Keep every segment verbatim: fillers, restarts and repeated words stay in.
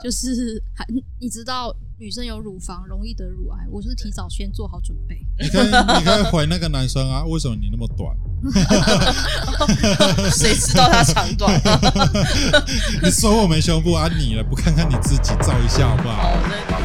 就是你知道女生有乳房容易得乳癌，我是提早先做好准备。 你可以你可以回那个男生啊，为什么你那么短？ 谁知道他长短？ 你说我没胸部啊，你了不看看你自己照一下好不好？ 好的。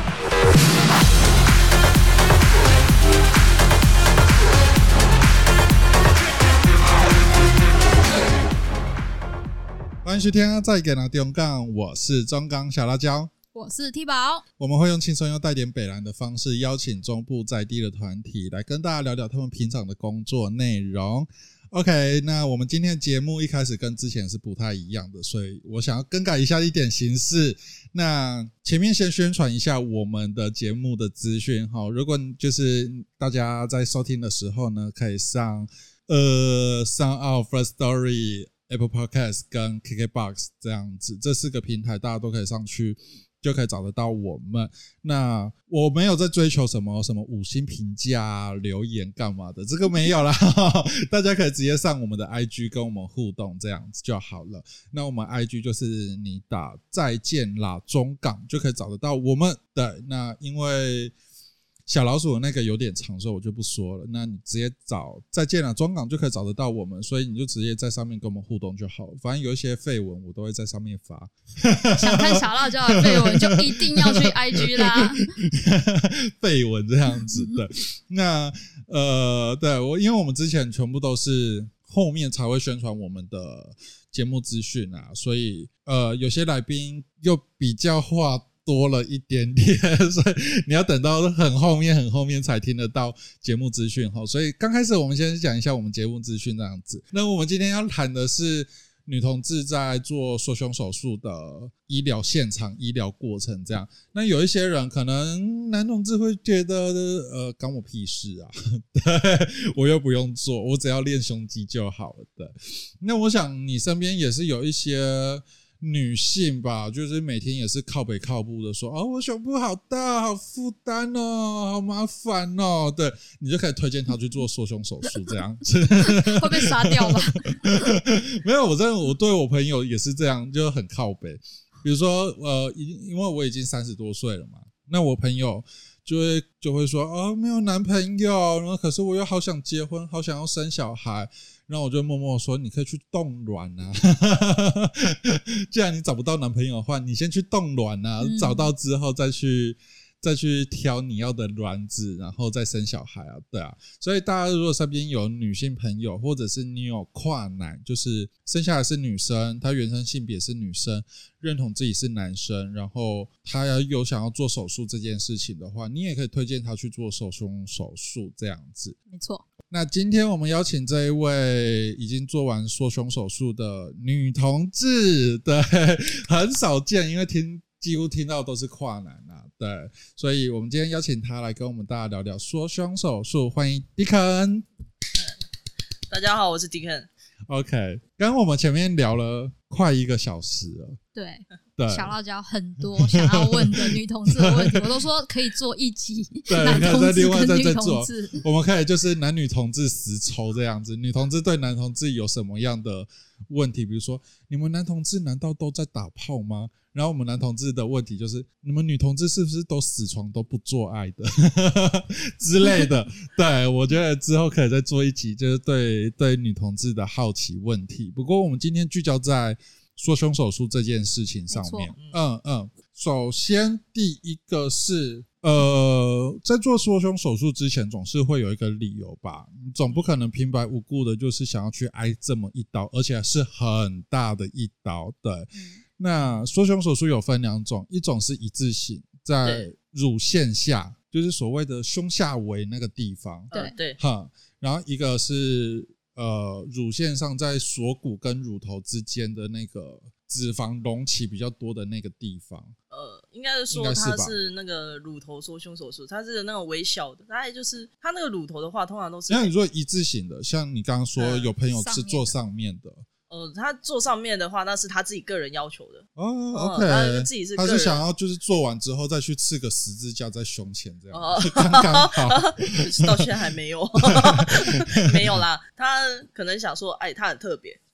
欢迎收听再给拿中港，我是中港小辣椒， 我是 T 宝。 我们会用轻松又带点北蓝的方式，邀请中部在地的团体来跟大家聊聊他们平常的工作内容。OK， 那我们今天的节目一开始跟之前是不太一样的，所以我想要更改一下一点形式。那前面先宣传一下我们的节目的资讯哈，如果就是大家在收听的时候呢，可以上呃上 SoundOut、First Story、Apple Podcast 跟 K K B O X 这样子，这四个平台大家都可以上去就可以找得到我们。那我没有在追求什么什么五星评价啊、留言干嘛的，这个没有啦大家可以直接上我们的 I G 跟我们互动这样子就好了。那我们 I G 就是你打再见啦中港就可以找得到我们。对，那因为小老鼠的那个有点长，所以我就不说了。那你直接找再见了中港就可以找得到我们，所以你就直接在上面跟我们互动就好了。反正有一些废文我都会在上面发。 想看小辣椒的废文就一定要去 I G 啦。 废文这样子的。那呃，对我因为我们之前全部都是后面才会宣传我们的节目资讯啊，所以呃有些来宾又比较话多了一点点，所以你要等到很后面很后面才听得到节目资讯。所以刚开始我们先讲一下我们节目资讯这样子。那我们今天要谈的是女同志在做缩胸手术的医疗现场、医疗过程这样。那有一些人可能男同志会觉得呃干我屁事啊对，我又不用做，我只要练胸肌就好了的。那我想你身边也是有一些女性吧，就是每天也是靠北靠步的说，哦，我胸部好大，好负担哦，好麻烦哦。对，你就可以推荐她去做缩胸手术，这样子会被杀掉吗？ 没有，我真的我对我朋友也是这样，就很靠北。比如说，呃，因为我已经三十多岁了嘛，那我朋友就会就会说，哦，没有男朋友，然后可是我又好想结婚，好想要生小孩。然后我就默默说，你可以去冻卵啊既然你找不到男朋友的话，你先去冻卵啊、嗯、找到之后再去再去挑你要的卵子，然后再生小孩啊。对啊，所以大家如果身边有女性朋友，或者是你有跨男，就是生下来是女生，她原生性别是女生，认同自己是男生，然后她有想要做手术这件事情的话，你也可以推荐她去做手胸手术这样子。 没错。 那今天我们邀请这一位已经做完缩胸手术的女同志，对，很少见，因为听几乎听到都是跨男啊，对，所以我们今天邀请她来跟我们大家聊聊缩胸手术。欢迎 Deacon。 大家好，我是 Deacon。 OK， 刚刚我们前面聊了快一个小时了， 对对， 小辣椒很多想要问的女同志的问题，我都说可以做一集男同志跟女同志， 我们可以就是男女同志实抽这样子。女同志对男同志有什么样的问题？比如说，你们男同志难道都在打炮吗？然后我们男同志的问题就是，你们女同志是不是都死床都不做爱的之类的。对，我觉得之后可以再做一集，就是对对女同志的好奇问题。不过我们今天聚焦在缩胸手术这件事情上面。嗯嗯，首先第一个是呃，在做缩胸手术之前总是会有一个理由吧，你总不可能平白无故的就是想要去挨这么一刀，而且是很大的一刀。对、嗯、那缩胸手术有分两种，一种是一字型，在乳腺下，就是所谓的胸下围那个地方， 对对， 哈，然后一个是呃，乳腺上在锁骨跟乳头之间的那个脂肪隆起比较多的那个地方。 呃，应该是说它是那个乳头缩胸手术，它是那种微小的，大概就是它那个乳头的话，通常都是。 那你说一字型的，像你刚刚说有朋友是做上面的。 呃，他做上面的话，那是他自己个人要求的。 哦 ，OK，、 嗯、他自己是个人， 他是想要就是做完之后再去刺个十字架在胸前这样，哦、刚刚好。 到现在还没有，没有啦。他可能想说，哎，他很特别，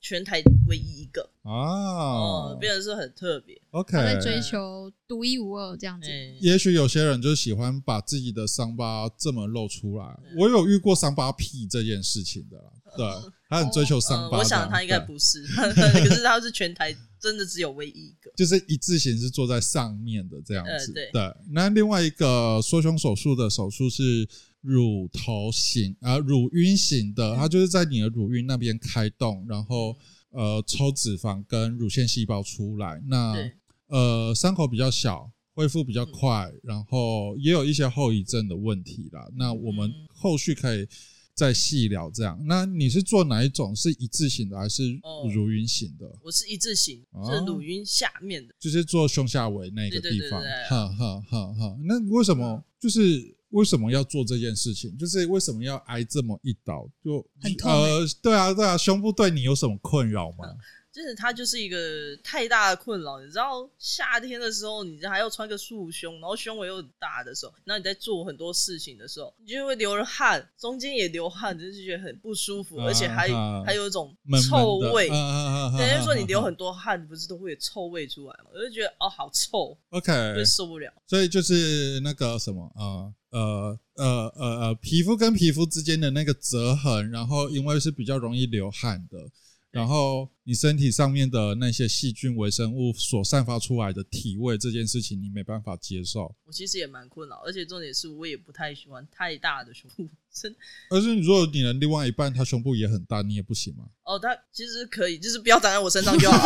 全台唯一一个啊， 哦，变成是很特别。 OK， 他在追求独一无二这样子。 也许有些人就喜欢把自己的伤疤这么露出来。我有遇过伤疤癖这件事情的啦，对，他很追求伤疤、哦呃。我想他应该不是，可是他是全台真的只有唯一一个， 就是一字形是坐在上面的这样子。 呃、对, 对，那另外一个缩胸手术的手术是乳头型啊、呃，乳晕型的，它就是在你的乳晕那边开洞，然后呃抽脂肪跟乳腺细胞出来。那呃伤口比较小，恢复比较快，嗯、然后也有一些后遗症的问题啦。那我们后续可以再细聊这样。那你是做哪一种？是一字型的还是乳晕型的？哦、 我是一字型，哦、是乳晕下面的， 就是做胸下围那个地方。哈哈哈哈。那为什么就是为什么要做这件事情？就是为什么要挨这么一刀？就很痛、欸、 呃，对啊，对啊，胸部对你有什么困扰吗？ 嗯就是它就是一个太大的困扰，你知道夏天的时候，你还要穿个束胸，然后胸围又很大的时候，然后你在做很多事情的时候，你就会流了汗，中间也流汗，就是觉得很不舒服，啊、而且还、啊、还有一种臭味。 闷闷啊、 等于说你流很多汗，不是都会有臭味出来吗？我就觉得哦，好臭 ，OK， 就受不了。 所以就是那个什么啊。呃呃呃呃呃，皮肤跟皮肤之间的那个折痕，然后因为是比较容易流汗的。然后你身体上面的那些细菌微生物所散发出来的体味这件事情你没办法接受。 我其实也蛮困扰，而且重点是我也不太喜欢太大的胸部。 而是如果你的另外一半他胸部也很大，你也不行吗？ 哦，他其实可以，就是不要长在我身上就好。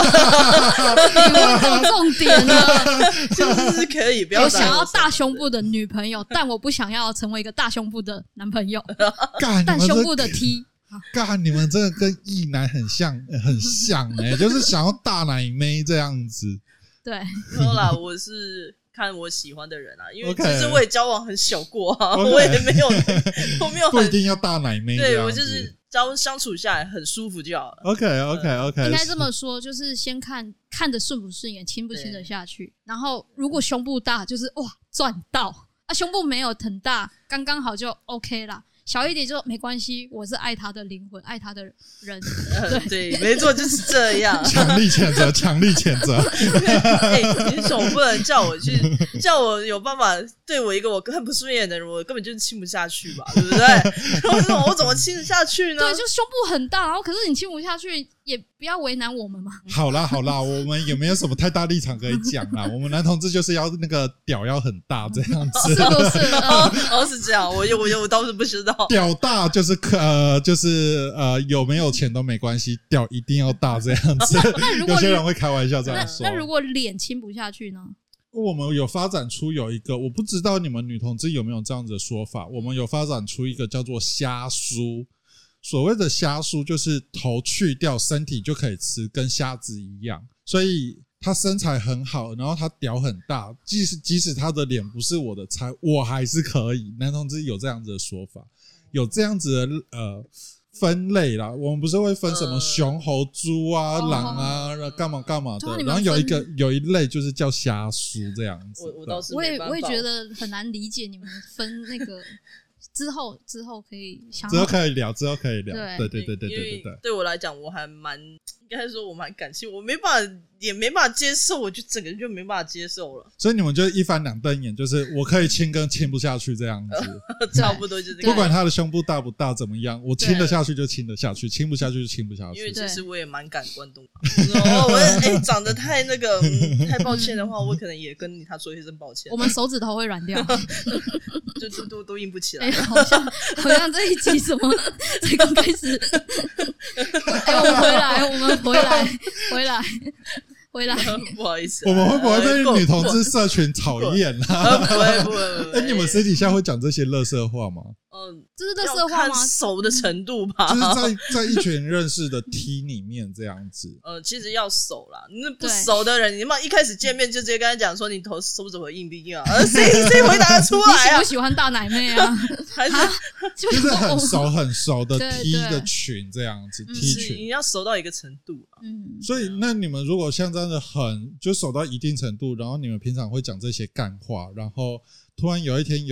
重点呢， 就是可以不要长在我身上。 我想要大胸部的女朋友，但我不想要成为一个大胸部的男朋友。大胸部的 T。 干，你们真的跟异男很像，很像哎、欸，就是想要大奶妹这样子。 对， 没有啦，我是看我喜欢的人啊，因为其实我也交往很小过啊， okay. 我也没有，我没有很不一定要大奶妹。 对，我就是交相处下来很舒服就好了。 OK OK OK， 应该这么说，就是先看看得顺不顺眼，亲不亲得下去，然后如果胸部大，就是哇赚到啊，胸部没有很大，刚刚好就 OK 啦。小一点就没关系，我是爱他的灵魂，爱他的人。 对，对没错，就是这样。 强力谴责，强力谴责。 哎、欸，你总不能叫我去，叫我有办法对我一个我很不顺眼的人，我根本就是亲不下去吧，对不对？我怎么我怎么亲得下去呢？ 对，就胸部很大，然后可是你亲不下去，也不要为难我们嘛。 好啦好啦，我们也没有什么太大立场可以讲啦。我们男同志就是要那个屌要很大这样子， 是不是？ 哦，哦是这样，我我我倒是不知道。 屌大就是呃就是呃有没有钱都没关系，屌一定要大这样子。 那如果有些人会开玩笑这样说。 那, 那如果脸亲不下去呢？ 我们有发展出有一个，我不知道你们女同志有没有这样子的说法。我们有发展出一个叫做虾酥。所谓的虾酥就是头去掉，身体就可以吃，跟虾子一样。所以他身材很好，然后他屌很大，即使即使他的脸不是我的菜，我还是可以。男同志有这样子的说法，有这样子的呃分类啦。我们不是会分什么熊猴猪啊、呃、狼啊干嘛干嘛的，然后有一个有一类就是叫虾酥这样子。 我我倒是我也我也觉得很难理解你们分那个。之后之后可以想之后可以聊之后可以聊对对对对对对对对。 对我来讲我还蛮应该说我蛮感性，我没办法也没办法接受，我就整个人就没办法接受了。 所以你们就一翻两瞪眼，就是我可以亲跟亲不下去这样子。 差不多就是这样。 不管他的胸部大不大怎么样，我亲得下去就亲得下去，亲不下去就亲不下去。 因为其实我也蛮感官动物。哦，我哎、欸、长得太那个、嗯、太抱歉的话，我可能也跟他说一声抱歉。 我们手指头会软掉。 就都都都硬不起来、 欸，好像好像这一集什么才刚开始。哎、欸，我们回来，我们回来，回来，回来。 不好意思、啊， 我们会不会被女同志社群讨厌啊？ 不会不会不会。 哎、欸，你们私底下会讲这些垃圾话吗？ 嗯， 这是垃圾话吗？ 熟的程度吧， 就是在在一群认识的 T 里面这样子。 呃，其实要熟啦，那不熟的人，你嘛一开始见面就直接跟他讲说你头手指头硬不硬啊？谁谁回答得出来啊？ 你喜不喜欢大奶妹啊？ 还是就是很熟很熟的 T 的群这样子 ，T 群你要熟到一个程度啊。 嗯， 所以那你们如果像这样的很就熟到一定程度，然后你们平常会讲这些干话，然后突然有一天有一个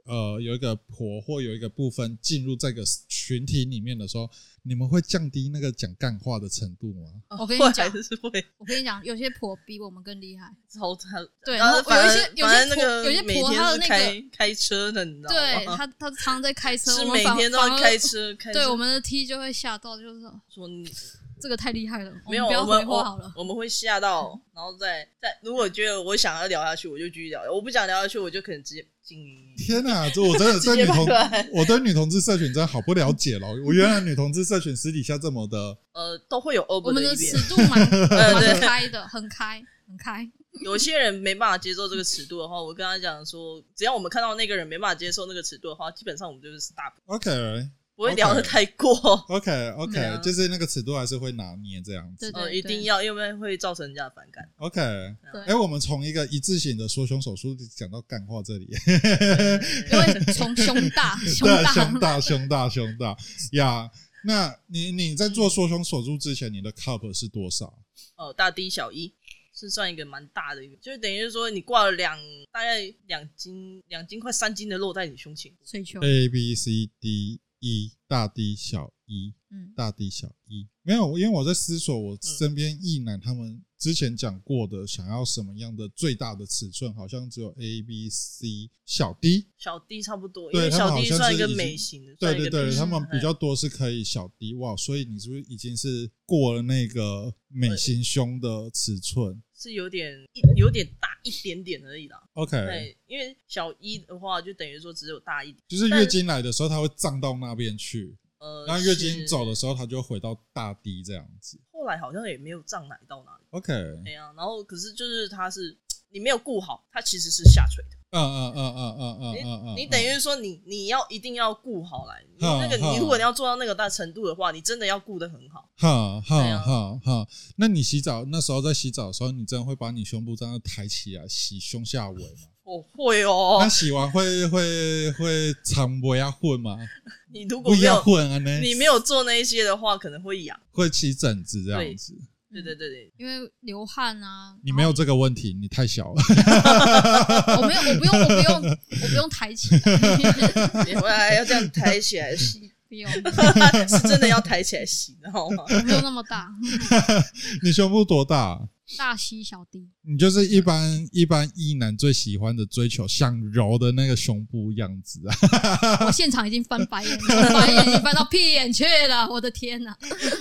呃有一个婆或有一个部分进入这个群体里面的时候，你们会降低那个讲干话的程度吗？ 我跟你讲， 还是会， 我跟你讲，有些婆比我们更厉害。 超他对，然后有一些有些婆有些婆她的那个开开车的，你知道吗？ 对，她她常常在开车， 是每天都要开车，开车。 对，我们的 T 就会吓到，就是说你这个太厉害了， 没有， 我们不要回话好了。 我们会吓到，然后再再如果觉得我想要聊下去，我就继续聊；我不想聊下去，我就可能直接静音。 天哪，这我真的对女同我对女同志社群真的好不了解了。我原来女同志社群私底下这么的， 呃，都会有 over 我们的一面尺度蛮蛮开的，很开很开。 有些人没办法接受这个尺度的话，我跟他讲说，只要我们看到那个人没办法接受那个尺度的话，基本上我们就是 stop。OK。不会聊得太过 ，OK OK，, 啊、就是那个尺度还是会拿捏这样子， 对对呃，一定要，因为会造成人家的反感。 OK， 哎、欸，我们从一个一字型的缩胸手术讲到干话这里， 因为从胸大、胸大、 胸大、胸大、胸大呀。那你你在做缩胸手术之前，你的 cup 是多少？ 哦，大 D 小一。是算一个蛮大的一个，就是等于是说你挂了两大概两斤两斤快三斤的肉在你胸前。 水球 A B C D E 大 D 小一，嗯，大 D 小一没有，因为我在思索我身边异男他们之前讲过的想要什么样的最大的尺寸，好像只有 A B C 小 D 小 D 差不多，因为小 D 算一个美型的， 对对对，他们比较多是可以小 D 哇，所以你是不是已经是过了那个美型胸的尺寸？ 是有点有点大一点点而已啦。 OK， 对，因为小一的话就等于说只有大一点， 就是月经来的时候它会胀到那边去， 呃， 然后月经走的时候它就回到大 D 这样子。 后来好像也没有胀奶到哪里。 OK， 对啊，然后可是就是它是你没有顾好，它其实是下垂的。 嗯嗯嗯嗯嗯嗯嗯嗯， 你等于说你你要一定要顾好来，你那个你如果你要做到那个大程度的话，你真的要顾得很好。 哈哈哈哈！那你洗澡那时候在洗澡的时候，你真的会把你胸部这样抬起来洗胸下围吗？ 我会哦。 那洗完会会会长不要混吗？ 你如果没有混啊，呢你没有做那一些的话，可能会痒， 会起疹子这样子。 对对对对， 因为流汗啊。 你没有这个问题，你太小了。 我没有，我不用，我不用，我不用抬起来。 你回来要这样抬起来洗， 不用， 是真的要抬起来洗，知道吗？ 我没有那么大。 你胸部多大？ 大 C 小 D， 你就是一般一般异男最喜欢的追求，想揉的那个胸部样子啊！ 我现场已经翻白眼，白眼已经翻到屁眼去了，我的天哪！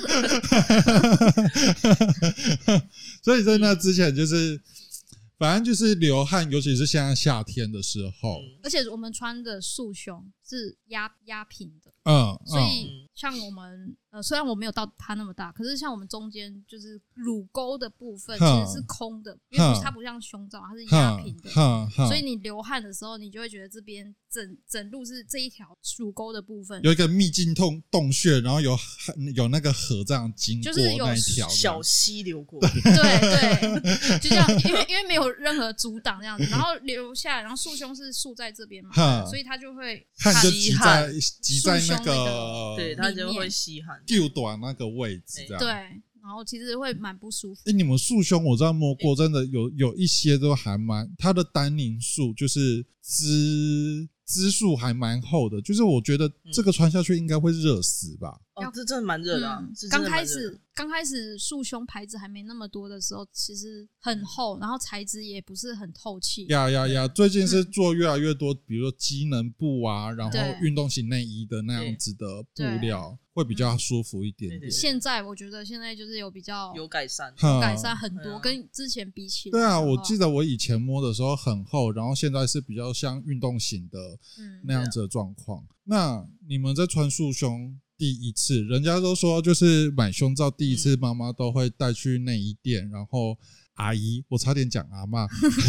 所以在那之前就是。反正就是流汗，尤其是现在夏天的时候， 嗯、而且我们穿的束胸是压压平的， 嗯， 所以像我们呃，虽然我没有到它那么大，可是像我们中间就是乳沟的部分其实是空的，因为它不像胸罩，它是压平的，所以你流汗的时候，你就会觉得这边整整路是这一条乳沟的部分有一个秘境洞洞穴，然后有有那个河这样经过那一条小溪流过， 对对，就这样，因为因为没有任何阻挡这样子，然后流下来，然后束胸是束在这边嘛，所以它就会汗就挤在挤在那个， 对，它就会吸汗， 就短那个位置这样， 对，然后其实会蛮不舒服。 哎，你们束胸我知道摸过，真的有有一些都还蛮，它的单宁束就是支支数还蛮厚的，就是我觉得这个穿下去应该会热死吧。 哦，这真的蛮热的啊！ 刚开始刚开始束胸牌子还没那么多的时候，其实很厚，然后材质也不是很透气。 呀呀呀！最近是做越来越多，比如说机能布啊，然后运动型内衣的那样子的布料，会比较舒服一点点。 现在我觉得现在就是有比较有改善， 有改善很多，跟之前比起来。 对啊，我记得我以前摸的时候很厚，然后现在是比较像运动型的那样子的状况。那你们在穿束胸？第一次，人家都说就是买胸罩，第一次妈妈都会带去内衣店，然后阿姨，我差点讲阿嬷，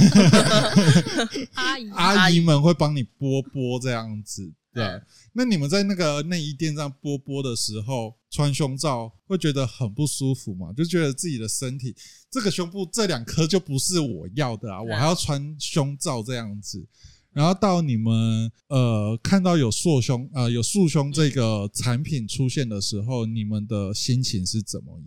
阿姨阿姨们会帮你拨拨这样子。对，那你们在那个内衣店这样拨拨的时候，穿胸罩会觉得很不舒服吗？就觉得自己的身体这个胸部这两颗就不是我要的啊，我还要穿胸罩这样子。然后到你们呃看到有束胸呃有束胸这个产品出现的时候，你们的心情是怎么样？ 我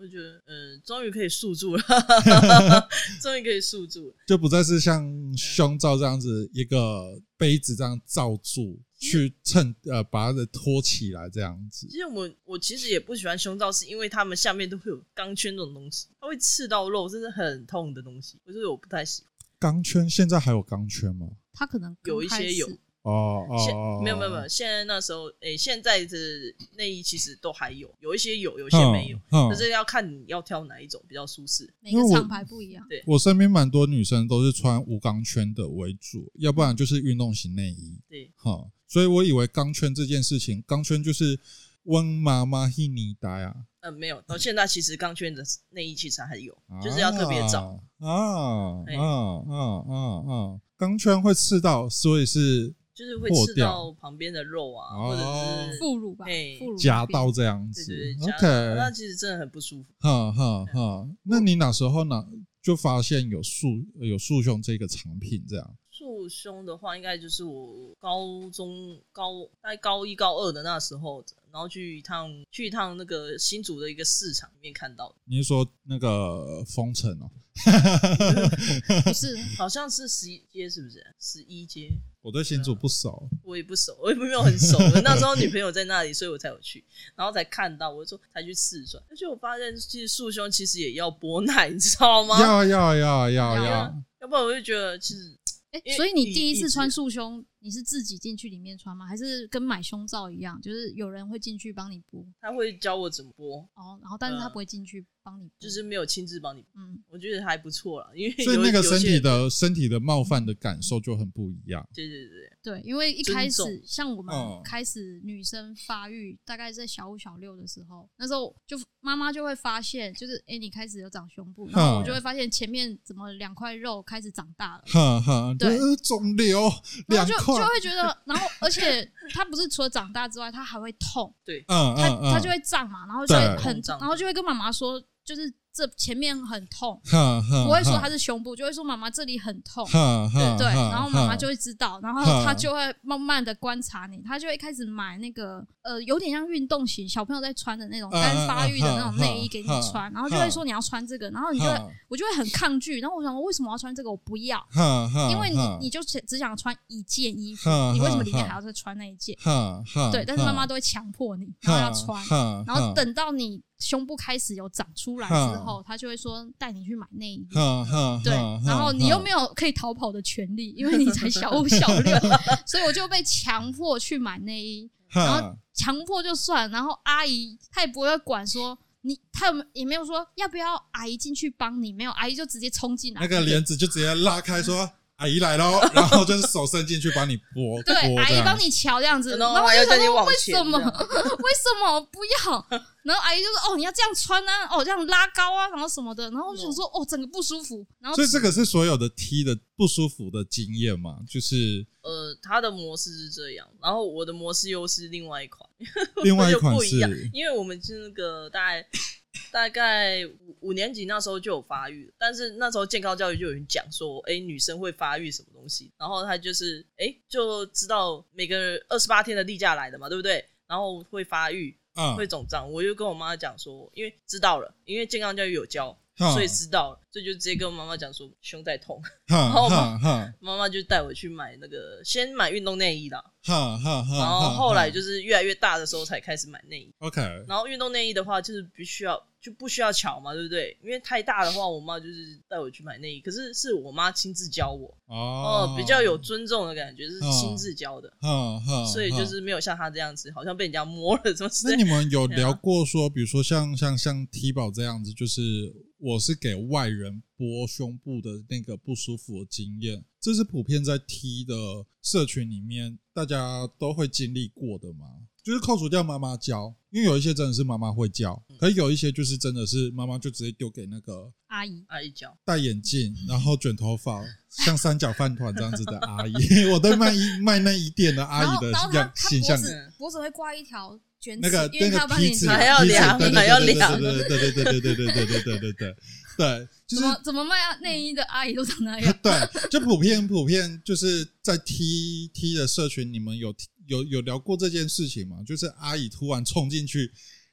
我觉得，嗯、呃，终于可以束住了，终于可以束住了， 就不再是像胸罩这样子一个杯子这样罩住，去衬呃把它托起来这样子。 其实我我其实也不喜欢胸罩，是因为他们下面都会有钢圈这种东西，它会刺到肉，真的很痛的东西，我就是我不太喜欢。 钢圈现在还有钢圈吗？ 它可能有一些有。 哦哦， 没有没有没有，现在那时候，诶、欸，现在的内衣其实都还有，有一些有，有一些没有，可、嗯、是要看你要挑哪一种比较舒适， 每个厂牌不一样。 对， 我身边蛮多女生都是穿无钢圈的为主，要不然就是运动型内衣。 对， 哈，所以我以为钢圈这件事情，钢圈就是温妈妈希尼达呀。 呃，没有，到现在其实钢圈的内衣其实还有，啊、就是要特别找啊啊啊啊啊！钢圈会刺到，所以是。 就是会刺到旁边的肉啊， 哦、 或者是副乳吧，副乳夹到这样子。 对对对 ，OK， 那其实真的很不舒服。 哈哈哈，那你哪时候哪就发现有束有束胸这个产品这样？ 束胸的话，应该就是我高中高大概高一高二的那时候，然后去一趟去一趟那个新竹的一个市场里面看到的。 你是说那个封城哦？ 不是， 好像是十一街，是不是？十一街。 我对新竹不熟， 我也不熟，我也没有很熟。那时候女朋友在那里，所以我才有去，然后才看到，我就说才去试穿。而且我发现，其实束胸其实也要剥奶，你知道吗？ 要要要要要， 要不然我就觉得其实。 欸、所以你第一次穿束胸，你是自己进去里面穿吗？还是跟买胸罩一样，就是有人会进去帮你剥？ 他会教我怎么剥哦，然后但是他不会进去帮你剥、 呃，就是没有亲自帮你剥。嗯，我觉得还不错啦，因为所以那个身体的身体的冒犯的感受就很不一样。 对对对对，因为一开始像我们开始女生发育，大概在小五小六的时候，那时候就妈妈就会发现，就是哎、欸，你开始有长胸部，然后我就会发现前面怎么两块肉开始长大了。 哈哈，对，肿瘤两块， 就就会觉得，然后而且它不是除了长大之外，它还会痛。 对， 嗯它它就会胀嘛，然后就会很，然后就会跟妈妈说，就是这前面很痛，不会说它是胸部，就会说妈妈这里很痛，对对，然后妈妈就会知道，然后她就会慢慢的观察你，她就会开始买那个呃有点像运动型小朋友在穿的那种刚发育的那种内衣给你穿，然后就会说你要穿这个，然后你就会我就会很抗拒，然后我想说为什么要穿这个？我不要，因为你你就只想穿一件衣服，你为什么里面还要再穿那一件？对，但是妈妈都会强迫你，然后要穿，然后等到你胸部开始有长出来之后，他就会说带你去买内衣，对，然后你又没有可以逃跑的权利，因为你才小五小六，所以我就被强迫去买内衣，然后强迫就算，然后阿姨她也不会管说你，她也没有说要不要阿姨进去帮你，没有，阿姨就直接冲进来， 那个帘子就直接拉开说。阿姨来咯，然后就是手伸进去帮你拨， 对，阿姨帮你瞧这样子，然后我就想说为什么？为什么不要？然后阿姨就说：“哦，你要这样穿啊，哦，这样拉高啊，然后什么的。”然后我想说：“哦，整个不舒服。”然后所以这个是所有的 T 的不舒服的经验嘛？就是呃，他的模式是这样，然后我的模式又是另外一款， 另外一款不一样，因为我们是那个大概。大概五五年级那时候就有发育，但是那时候健康教育就有人讲说，哎、欸，女生会发育什么东西，然后他就是哎、欸、就知道每个二十八天的例假来的嘛，对不对？然后会发育，嗯、会肿胀，我就跟我妈讲说，因为知道了，因为健康教育有教。所以知道了，所以就直接跟我妈妈讲说胸在痛，然后妈妈就带我去买那个，先买运动内衣啦，然后后来就是越来越大的时候才开始买内衣。 OK， 然后运动内衣的话，就是必须要就不需要瞧嘛，对不对？因为太大的话，我妈就是带我去买内衣，可是是我妈亲自教我，哦、呃，比较有尊重的感觉，是亲自教的，所以就是没有像她这样子，好像被人家摸了什么之类的。 那你们有聊过说，比如说像像像 T 宝这样子，就是我是给外人拨胸部的那个不舒服的经验，这是普遍在 T 的社群里面大家都会经历过的吗？就是扣除掉妈妈教，因为有一些真的是妈妈会教，可是有一些就是真的是妈妈就直接丢给那个阿姨阿姨教， 戴眼镜然后卷头发像三角饭团这样子的阿姨我对卖卖内衣店的阿姨的形象， 脖子会挂一条卷那个那个皮子还要量还要量， 对对对对对对对对对对对对对，就是怎么怎么卖内衣的阿姨都长那样。 对，就普遍普遍就是在 T T 的社群，你们有有有聊过这件事情吗？就是阿姨突然冲进去，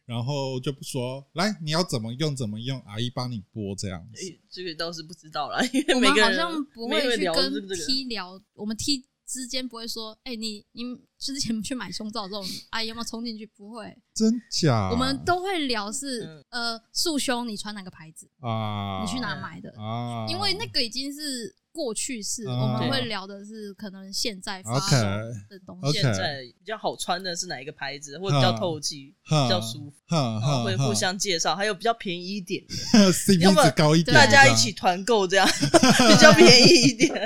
然后就不说来你要怎么用怎么用，阿姨帮你拨这样子。 欸、这个倒是不知道啦，因为我每个人们好像不会去聊跟这个 T 聊，我们 T 之间不会说，哎、欸，你你之前去买胸罩这种，哎，有没有冲进去？不会， 真假？ 我们都会聊是、 嗯、 呃，束胸你穿哪个牌子啊？ 你去哪买的啊？因为那个已经是过去式，啊、我们会聊的是可能现在发生的东西。 现在比较好穿的是哪一个牌子，或者比较透气、比较舒服，然后会互相介绍，还有比较便宜一点的 ，C P 值高一点， 大家一起团购这样比较便宜一点。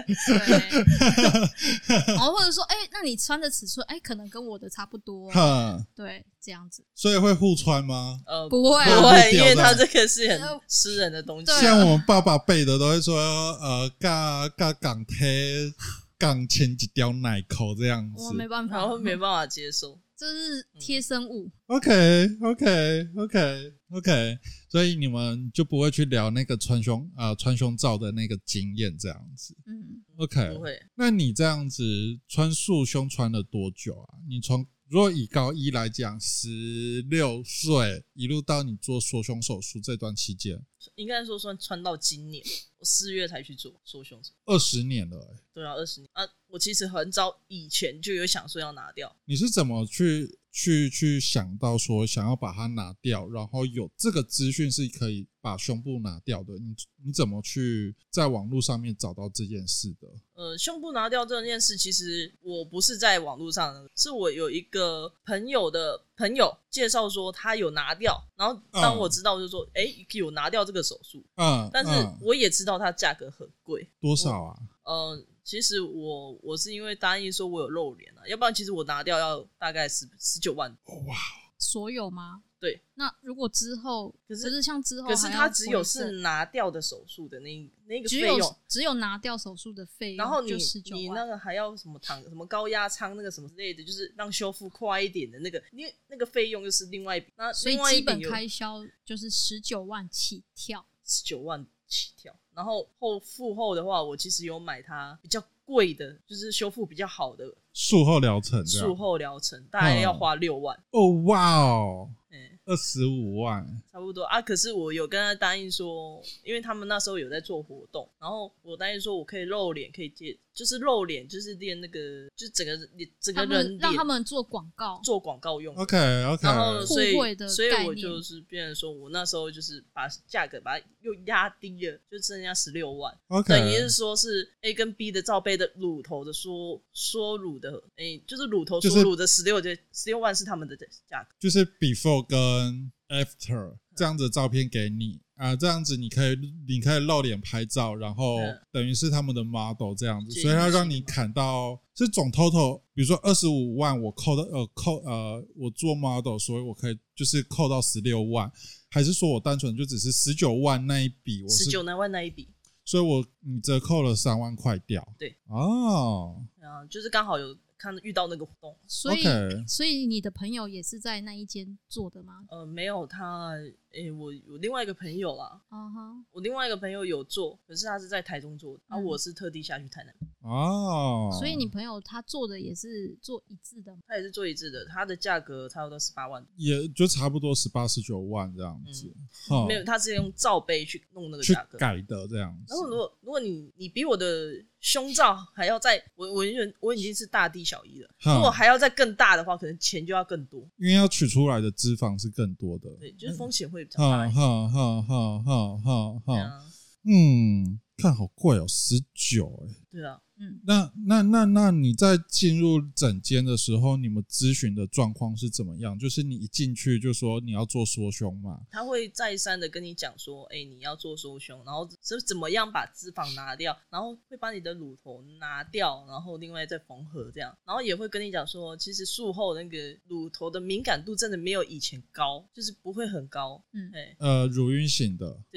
然后或者说，哎、欸，那你穿的尺寸，哎、欸，可能跟我的差不多，对，这样子。 所以会互穿吗？ 呃， 不会、啊， 不会，因为他这个是很私人的东西。 像我们爸爸辈的都会说，呃，嘎嘎港贴港前一条奶口这样子， 我没办法， 然后没办法接受， 这是贴身物。 嗯、OK OK OK OK， 所以你们就不会去聊那个穿胸呃穿胸罩的那个经验这样子。 嗯 ，OK， 不会。 那你这样子穿束胸穿了多久啊？你从如果以高一来讲，十六岁一路到你做缩胸手术这段期间， 应该说算穿到今年，我四月才去做缩胸手术， 二十年了、欸。 对啊，二十年啊！我其实很早以前就有想说要拿掉。 你是怎么去去去想到说想要把它拿掉，然后有这个资讯是可以把胸部拿掉的？你你怎么去在网络上面找到这件事的？ 呃，胸部拿掉这件事，其实我不是在网络上的，是我有一个朋友的朋友介绍说他有拿掉，然后当我知道就说，哎、嗯，有拿掉这个手术， 嗯， 但是我也知道它价格很贵， 多少啊？ 呃，其实我我是因为答应说我有露脸啊，要不然其实我拿掉要大概十十九万。 哇， 所有吗？ 对。 那如果之后， 可是就是像之后， 可是它只有是拿掉的手术的那那个费用， 只有只有拿掉手术的费用， 然后你就十九万， 你那个还要什么躺什么高压舱那个什么之类的，就是让修复快一点的那个，因为那个费用就是另外一笔，那所以基本开销就是十九万起跳， 十九万起跳。然后后术后的话，我其实有买它比较贵的，就是修复比较好的术后疗程， 术后疗程大概要花六万。 哦，哇哦， 嗯， 二十五万， 差不多啊。可是我有跟他答应说，因为他们那时候有在做活动，然后我答应说我可以露脸，可以借，就是露脸，就是练那个，就是整个整个人脸， 让他们做广告， 做广告用。 OK OK， 然后所以互惠的所以我就是变成说我那时候就是把价格把它又压低了，就剩下十六万。 OK， 等于是说是 A 跟 B 的罩杯的乳头的缩缩乳的，诶，就是乳头缩乳的十六十六万是他们的价格， 就是 before 跟 after 这样子的照片给你啊、呃，这样子你可以你可以露脸拍照，然后等于是他们的 model 这样子，所以他让你砍到是总 total， 比如说二十五万，我扣到呃扣呃我做 model， 所以我可以就是扣到十六万，还是说我单纯就只是十九万那一笔，我是十九万那一笔。 所以我你折扣了三万块掉， 对哦， 啊，就是刚好有看遇到那个活动， 所以 okay. 所以你的朋友也是在那一间做的吗？ 呃，没有他，诶，我有另外一个朋友啦， 啊哈、uh-huh. 我另外一个朋友有做，可是他是在台中做的，嗯、啊，我是特地下去台南。 哦， 所以你朋友他做的也是做一致的吗？ 他也是做一致的，他的价格差不多十八万， 也就差不多十八十九万这样子、嗯。 没有，他是用罩杯去弄那个价格去改的这样子。 然后如果如果你你比我的胸罩还要再我我我已经是大 D 小一了，如果还要再更大的话，可能钱就要更多， 因为要取出来的脂肪是更多的。 对，就是风险会比较大一点。 哈哈哈哈哈哈！嗯，看好贵哦，十九哎。 对啊。 嗯， 那那那那你在进入诊间的时候，你们咨询的状况是怎么样？就是你一进去就说你要做缩胸嘛， 他会再三的跟你讲说，哎、欸，你要做缩胸，然后是怎么样把脂肪拿掉，然后会把你的乳头拿掉，然后另外再缝合这样，然后也会跟你讲说，其实术后那个乳头的敏感度真的没有以前高，就是不会很高， 嗯， 对， 呃，乳晕型的， 对。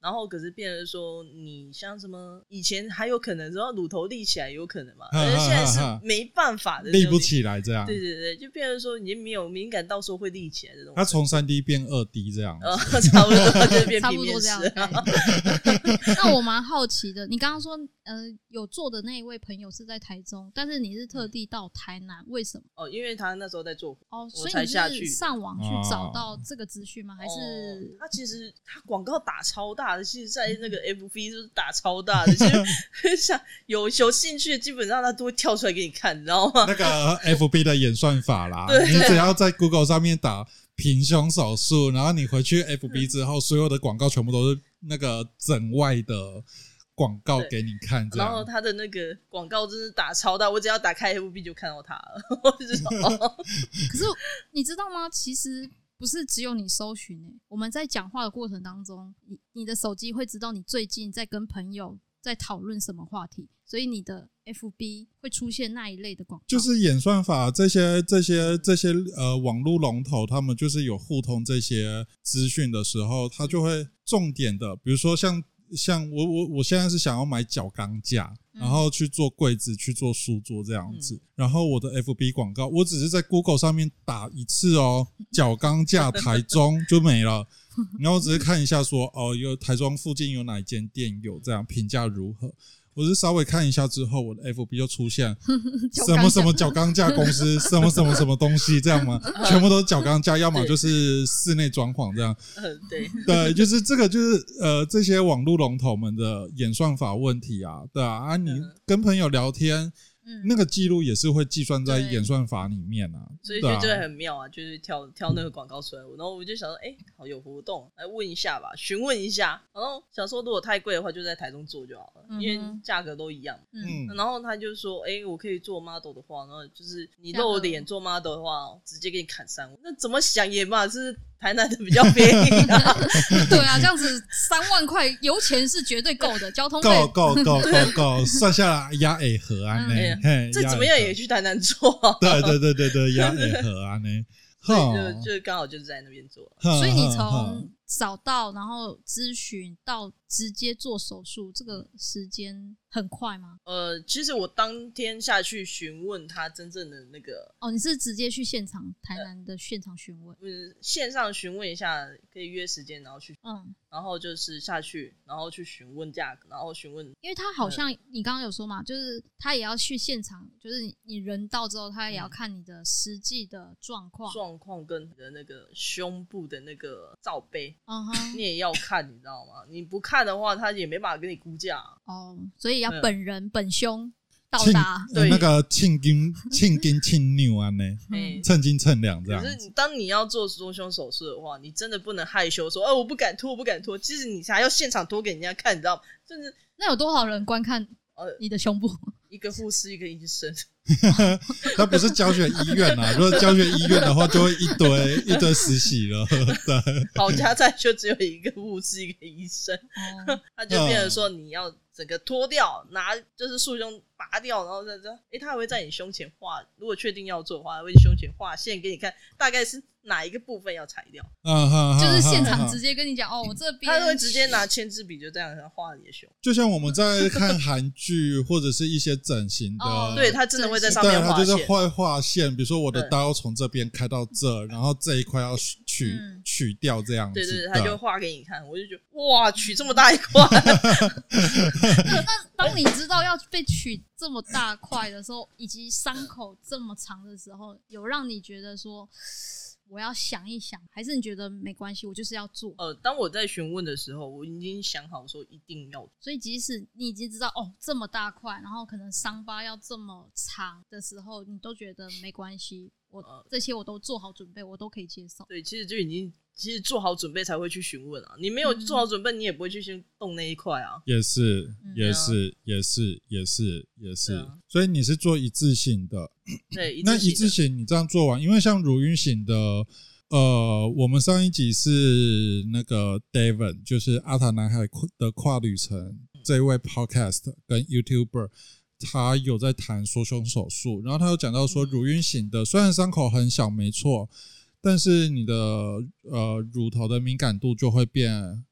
然后可是变成说你像什么以前还有可能说乳头立起来有可能嘛，可是现在是没办法的， 立不起来这样。 对对对，就变成说已经没有敏感到说会立起来这种。 它从三 D 变二 D 这样， 呃，差不多就变平面式。 差不多这样。那我蛮好奇的，你刚刚说呃有做的那一位朋友是在台中，但是你是特地到台南，为什么？ 哦，因为他那时候在做哦， 我才下去。 所以你是上网去找到这个资讯吗？还是、 哦、他其实他广告打超大的，其实在那个 F B 就是打超大的，其实像有有兴趣的，基本上他都会跳出来给你看，你知道吗？ 那个 F B 的演算法啦，你只要在 Google 上面打平胸手术，然后你回去 F B 之后，所有的广告全部都是那个整外的广告给你看，这样。 然后他的那个广告真是打超大，我只要打开 F B 就看到他了。我就说哦、 可是你知道吗？其实不是只有你搜寻诶、欸，我们在讲话的过程当中，你你的手机会知道你最近在跟朋友在讨论什么话题，所以你的 F B 会出现那一类的广告。 就是演算法这些这些这些呃网络龙头，他们就是有互通这些资讯的时候，他就会重点的，比如说像像我我我现在是想要买角钢架，然后去做柜子，去做书桌这样子，嗯、然后我的 F B 广告，我只是在 Google 上面打一次哦，角钢架台中就没了。然后只是看一下说哦，有台中附近有哪一间店有这样，评价如何？我是稍微看一下之后，我的 F B 就出现什么什么角钢架公司，什么什么什么东西这样吗？全部都是角钢架，要么就是室内装潢这样。 嗯，对对，就是这个就是呃这些网络龙头们的演算法问题啊，对啊，啊你跟朋友聊天。嗯、那个记录也是会计算在演算法里面啊， 所以就觉得很妙啊，就是跳跳那个广告出来，然后我就想说，哎、欸，好有活动，来问一下吧，询问一下。然后想说，如果太贵的话，就在台中做就好了，嗯、因为价格都一样。嗯，然后他就说，哎、欸，我可以做 model 的话，然后就是你露脸做 model 的话，直接给你砍三万。那怎么想也嘛，是台南的比较便宜啊。 对啊，这样子三万块油钱是绝对够的，交通费够够够够够，算下来压诶河安呢。 嗯这怎么样也去台南做、啊？ 对对对对对，压诶河安呢， 所以就就刚好就是在那边做。 所以你从找到然后咨询到直接做手术，这个时间很快吗？ 呃，其实我当天下去询问他真正的那个哦，你是直接去现场台南的现场询问？ 嗯，线上询问一下，可以约时间，然后去，嗯，然后就是下去，然后去询问价格，然后询问， 因为他好像、嗯、你刚刚有说嘛，就是他也要去现场，就是你人到之后，他也要看你的实际的状况， 状况跟你的那个胸部的那个罩杯。 嗯哼， 你也要看，你知道吗？你不看的话，他也没办法给你估价、啊。 哦，所以要本人、嗯、本胸到达， 对、呃、那个称斤、称斤、称两啊呢，称斤称两这样。 可是当你要做缩胸手术的话，你真的不能害羞说，哎、呃，我不敢脱，我不敢脱。其实你还要现场脱给人家看，你知道吗？甚至那有多少人观看你的胸部？呃、 一个护士，一个医生。 他不是教学医院啊，如果教学医院的话，就会一堆一堆实习了。对， 好家在就只有一个护士，一个医生，哦、他就变成说你要整个脱掉，拿就是束胸拔掉，然后再这样，哎，他还会在你胸前画，如果确定要做的话，他会胸前画线给你看，大概是哪一个部分要裁掉， 啊、 就是现场直接跟你讲哦，我这边他会直接拿签字笔就这样画你的胸， 就像我们在看韩剧或者是一些整形的， 哦、对他真的会在上面画线， 对，他就是会画线，比如说我的刀从这边开到这，然后这一块要取、嗯、取掉这样子， 对对对，他就画给你看，我就觉得哇，取这么大一块。 那当你知道要被取这么大块的时候，以及伤口这么长的时候，有让你觉得说我要想一想，还是你觉得没关系，我就是要做？ 呃，当我在询问的时候，我已经想好说一定要做。 所以即使你已经知道哦这么大块，然后可能伤疤要这么长的时候，你都觉得没关系，我、呃、这些我都做好准备，我都可以接受。 对，其实就已经其实做好准备才会去询问啊，你没有做好准备，你也不会去先动那一块啊。 也是，也是，也是，也是，也是。啊、所以你是做一字型的， 对，一那一字型你这样做完，因为像乳晕型的，呃，我们上一集是那个 David， 就是阿塔男孩的跨旅程这一位 Podcast 跟 YouTuber。他有在谈缩胸手术，然后他有讲到说，乳晕型的虽然伤口很小，没错，但是你的呃乳头的敏感度就会变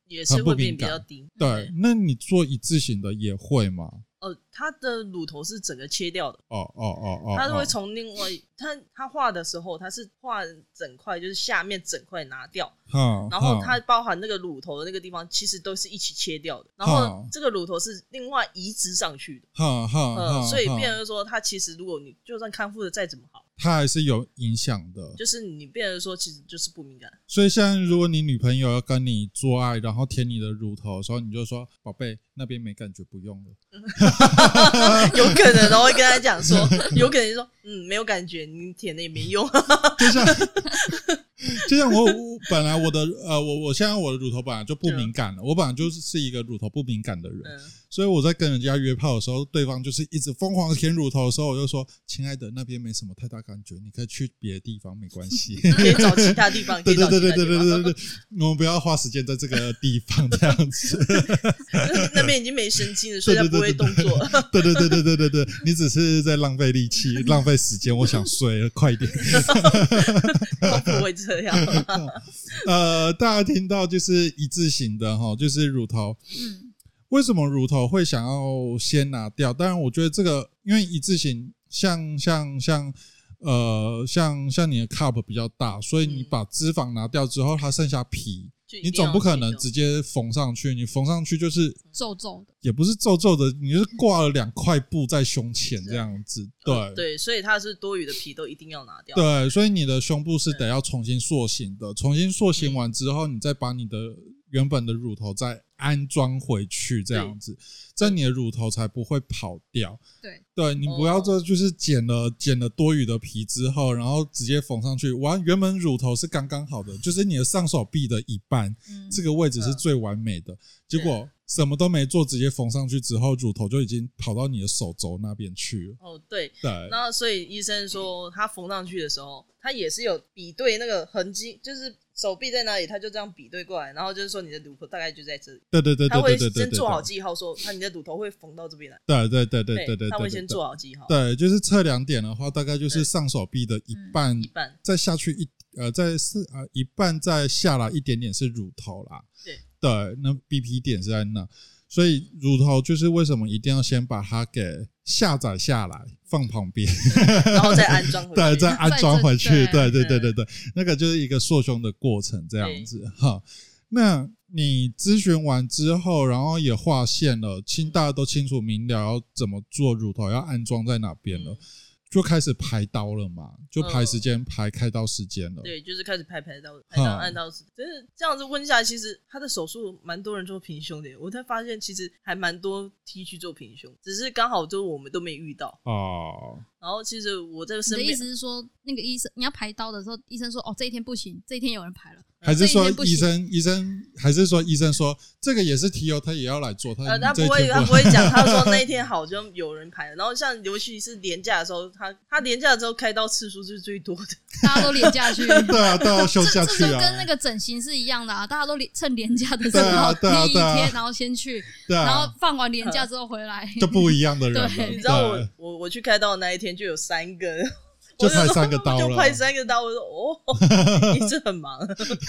也是会变比较低。 对，嗯、那你做一字型的也会吗？ 呃，它的乳头是整个切掉的。 哦哦哦哦， 它会从另外，它它画的时候，它是画整块，就是下面整块拿掉， 嗯、 然后它包含那个乳头的那个地方，其实都是一起切掉的。然后这个乳头是另外移植上去的。 嗯嗯嗯，所以变成说，它其实如果你就算康复的再怎么好， 它还是有影响的。 就是你变成说，其实就是不敏感。 所以像如果你女朋友要跟你做爱，然后舔你的乳头的时候，你就说：“宝贝，那边没感觉，不用了。” 有可能，然后会跟他讲说，有可能说，嗯，没有感觉，你舔的也没用。 就像，就像我，我本来我的呃，我我现在我的乳头本来就不敏感了，我本来就是一个乳头不敏感的人，嗯、所以我在跟人家约炮的时候，对方就是一直疯狂舔乳头的时候，我就说：“亲爱的，那边没什么太大感觉，你可以去别的地方，没关系， 可以找其他地方。” 对对对对对对对对，我们不要花时间在这个地方这样子。 那边已经没神经了，所以他不会动作。 对对对对对对对，你只是在浪费力气、浪费时间。我想睡了，快点。 不会这样。 呃，大家听到就是一字型的哈，就是乳头。嗯，为什么乳头会想要先拿掉？当然，我觉得这个因为一字型像像像呃像像你的 cup 比较大，所以你把脂肪拿掉之后，它剩下皮。你总不可能直接缝上去，你缝上去就是皱皱的， 也不是皱皱的，你就是挂了两块布在胸前这样子。对、 嗯、对，所以它是多余的皮都一定要拿掉。 对，所以你的胸部是得要重新塑形的，重新塑形完之后，你再把你的原本的乳头再安装回去，这样子，这样你的乳头才不会跑掉。 对， 对你不要这就是剪了剪了多余的皮之后，然后直接缝上去。哇，原本乳头是刚刚好的，就是你的上手臂的一半，嗯、这个位置是最完美的。嗯、结果什么都没做，直接缝上去之后，乳头就已经跑到你的手肘那边去了。 哦，对对。 那所以医生说，他缝上去的时候，他也是有比对那个痕迹，就是手臂在哪里，他就这样比对过来，然后就是说你的乳头大概就在这里。 对对对对对对对， 他会先做好记号，说他你的乳头会缝到这边来。 对对对对对对对， 他会先做好记号。 对，就是测量点的话，大概就是上手臂的一半， 一半再下去一呃，再是呃一半再下来一点点是乳头啦。 对对，那 B P 点是在那，所以乳头就是为什么一定要先把它给下载下来放旁边， 然后再安装回去。 对，再安装回去。对对对对对，那个就是一个塑胸的过程，这样子哈。那你咨询完之后，然后也划线了，清大家都清楚明了要怎么做，乳头要安装在哪边了。嗯，就开始排刀了嘛，就排时间、呃、排开刀时间了。 对，就是开始排排刀、排刀按刀时间。真的这样子问下来，其实他的手术蛮多人做平胸的，我才发现其实还蛮多 T 去做平胸，只是刚好就我们都没遇到哦。 然后其实我在身边， 你的意思是说，那个医生你要排刀的时候，医生说哦这一天不行，这一天有人排了。 还是说医生医生还是说医生说这个也是 T O， 他也要来做，他呃他不会他不会讲，他说那一天好就有人排了，然后像尤其是连假的时候，他他连假的时候开刀次数是最多的， 大家都连假去， 对啊，都要休假去啊， 这就跟那个整形是一样的啊，大家都趁连假的时候，然后第一天然后先去，然后放完连假之后回来， 就不一样的人了。 你知道我我我去开刀的那一天就有三个人。 就拍三个刀了， 就拍三个刀。我说哦，医生很忙，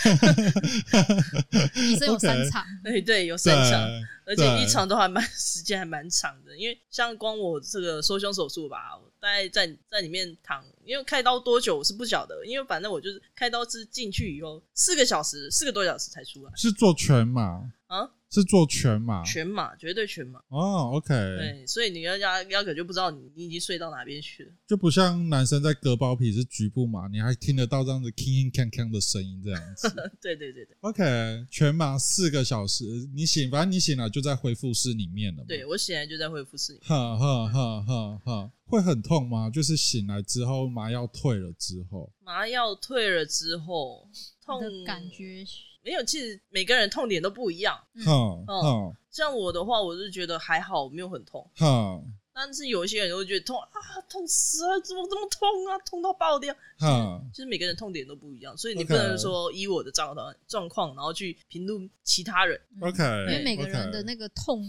医生有三场， 对对，有三场，而且一场都还蛮时间还蛮长的。因为像光我这个缩胸手术吧，我大概在在里面躺，因为开刀多久我是不晓得，因为反正我就是开刀是进去以后四个小时，四个多小时才出来。 是做全麻啊？是做全麻， 全麻，绝对全麻。 哦 ，OK， 对， 所以你要压压可就不知道你你已经睡到哪边去了， 就不像男生在割包皮是局部麻，你还听得到这样子铿铿锵锵的声音这样子。 对对对对 ，OK， 全麻四个小时，你醒，反正你醒了就在恢复室里面了嘛。 对，我醒来就在恢复室里面。 哈哈哈哈哈，会很痛吗？就是醒来之后麻药退了之后， 麻药退了之后痛的感觉。 没有，其实每个人痛点都不一样。 嗯嗯， 像我的话，我是觉得还好，没有很痛。 嗯， 但是有一些人会觉得痛啊，痛死了，怎么这么痛啊，痛到爆掉。 嗯， 其实每个人痛点都不一样，所以你不能说依我的状状况，然后去评论其他人。 OK， 因为每个人的那个痛的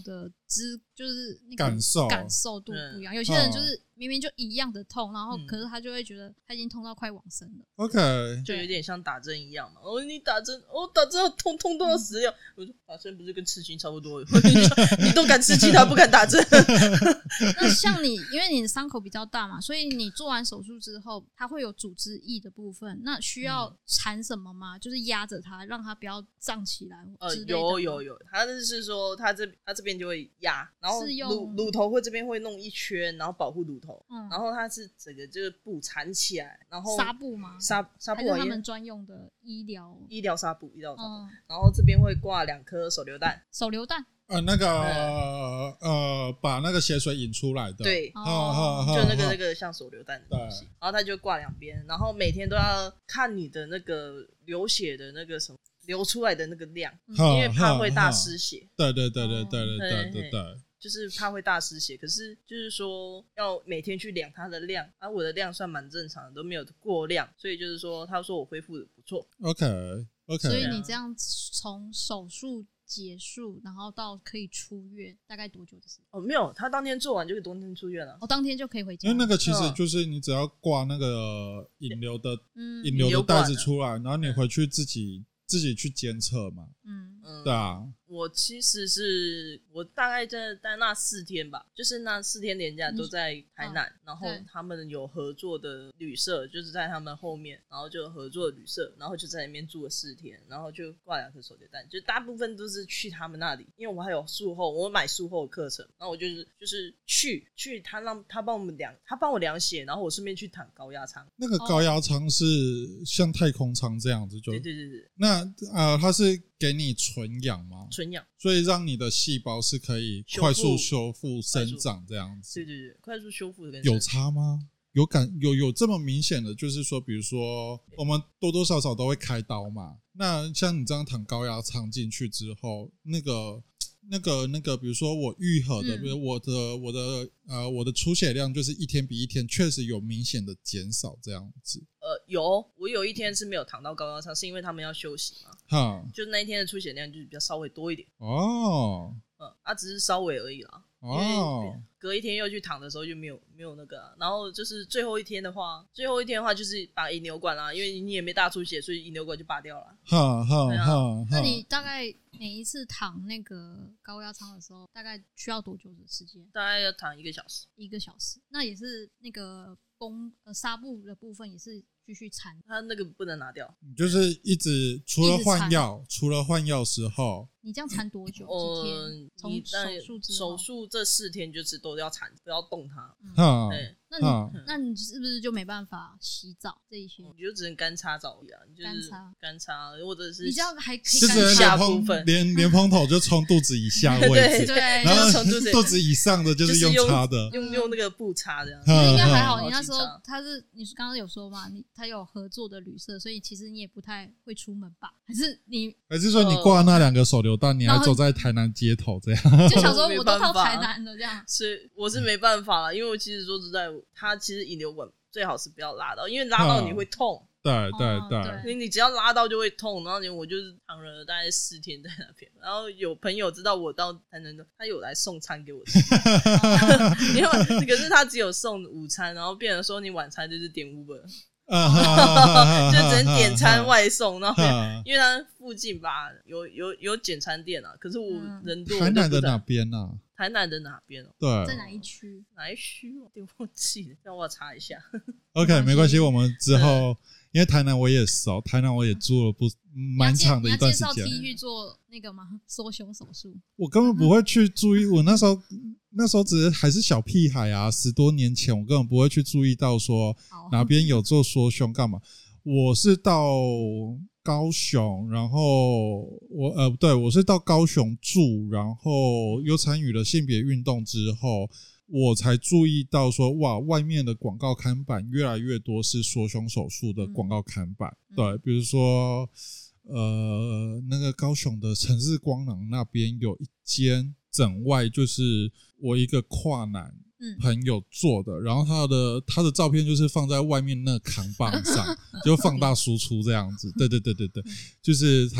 知就是那个感受感受度不一样。有些人就是明明就一样的痛，然后可是他就会觉得他已经痛到快往生了。 OK， 就有点像打针一样嘛。哦，你打针，哦，打针痛痛到死掉。我说打针不是跟刺青差不多？你都敢刺青，他不敢打针。 那像你，因为你的伤口比较大嘛，所以你做完手术之后，它会有组织液的部分，那需要缠什么吗？就是压着它，让它不要胀起来呃， 之类的。 有有有，他就是说他这他这边就会压，然后乳乳头会这边会弄一圈，然后保护乳头，嗯、然后它是整个这个布缠起来，然后纱布吗？ 纱纱布还是他们专用的医疗医疗纱布，医疗纱布、 嗯， 然后这边会挂两颗手榴弹， 手榴弹。 呃，那个呃呃，把那个血水引出来的， 对， 哦、 就那个那个像手榴弹的东西，然后它就挂两边，然后每天都要看你的那个流血的那个什么流出来的那个量， 嗯、 因为怕会大失血。 对对对对对对对对对， 就是怕会大失血，可是就是说要每天去量它的量，啊，我的量算蛮正常的，都没有过量，所以就是说他说我恢复的不错。 OK OK， 所以你这样从手术结束，然后到可以出院，大概多久的时间？ 哦，没有，他当天做完就可以当天出院了。 哦，当天就可以回家。 因为那个其实就是你只要挂那个引流的嗯引流的袋子出来，然后你回去自己自己去监测嘛。 嗯， 对啊。 我其实是我大概在在那四天吧，就是那四天连假都在台南，嗯、然后他们有合作的旅社，就是在他们后面，然后就有合作的旅社，然后就在那边住了四天，然后就挂两颗手榴弹，就大部分都是去他们那里，因为我还有术后，我买术后的课程，然后我就是就是去去他让他帮我们量，他帮我量血，然后我顺便去躺高压舱。 那个高压舱是像太空舱这样子就， 对对对对。 那呃，它是给你纯氧吗？ 纯氧， 所以让你的细胞是可以快速修复生长这样子。 对对对，快速修复的跟有差吗？有感有有这么明显的，就是说，比如说我们多多少少都会开刀嘛。那像你这样躺高压舱进去之后，那个那个那个，比如说我愈合的，嗯、比如我的我的呃我的出血量，就是一天比一天确实有明显的减少这样子。 呃，有，我有一天是没有躺到高压舱，是因为他们要休息嘛。哈，就那一天的出血量就比较稍微多一点。 哦， 嗯，啊，只是稍微而已啦。哦，隔一天又去躺的时候就没有没有那个、啊，然后就是最后一天的话，最后一天的话就是把引流管啊，因为你也没大出血，所以引流管就拔掉了。 哈哈哈。 那你大概每一次躺那个高压舱的时候，大概需要多久的时间？ 大概要躺一个小时。 一个小时，那也是那个绷呃纱布的部分也是继续缠， 它那个不能拿掉， 就是一直除了换药，除了换药时候。 你这样缠多久？几天？从手术之后， 手术这四天就是都要缠，不要动它。 嗯， 对。 那你、嗯、那你是不是就没办法洗澡这一些？ 你就只能干擦澡呀，你就是干擦干擦，或者是你这样还可以干下部分， 连连蓬头就从肚子以下位置， 对对， 然后从肚子以上的就是用擦的， 就是、用用那个布擦这样。 嗯、应该还好，你那时候他是你刚刚有说嘛，你他有合作的旅社，所以其实你也不太会出门吧？还是你还是说你挂那两个手榴弹，你还走在台南街头这样？ 就想说我都到台南了这样， 所以我是没办法了，因为我其实说实在，他其实引流管最好是不要拉到，因为拉到你会痛。 对对对， 所以你只要拉到就会痛，然后我就是躺了大概四天在那边，然后有朋友知道我到台南的，他有来送餐给我吃，因为可是他只有送午餐，然后变成说你晚餐就是点 Uber。就只能点餐外送，然后因为它附近吧有有有简餐店啊，可是我人多。 台南的哪边啊？ 台南的哪边哦？ 对， 在哪一区？ 哪一区？我有点忘记了，让我查一下。 OK， 没关系，我们之后因为台南我也熟，台南我也住了不蛮长的一段时间。 你要介绍 T 去做那个吗？缩胸手术？ 我根本不会去注意，我那时候。那时候只是还是小屁孩啊，十多年前我根本不会去注意到说哪边有做缩胸干嘛。我是到高雄，然后我呃对，我是到高雄住，然后又参与了性别运动之后，我才注意到说哇，外面的广告看板越来越多是缩胸手术的广告看板，嗯、对，比如说呃那个高雄的城市光廊那边有一间。整外就是我一个跨男朋友做的，嗯、然后他的他的照片就是放在外面那个扛棒上，就放大输出这样子。对对对对对，就是他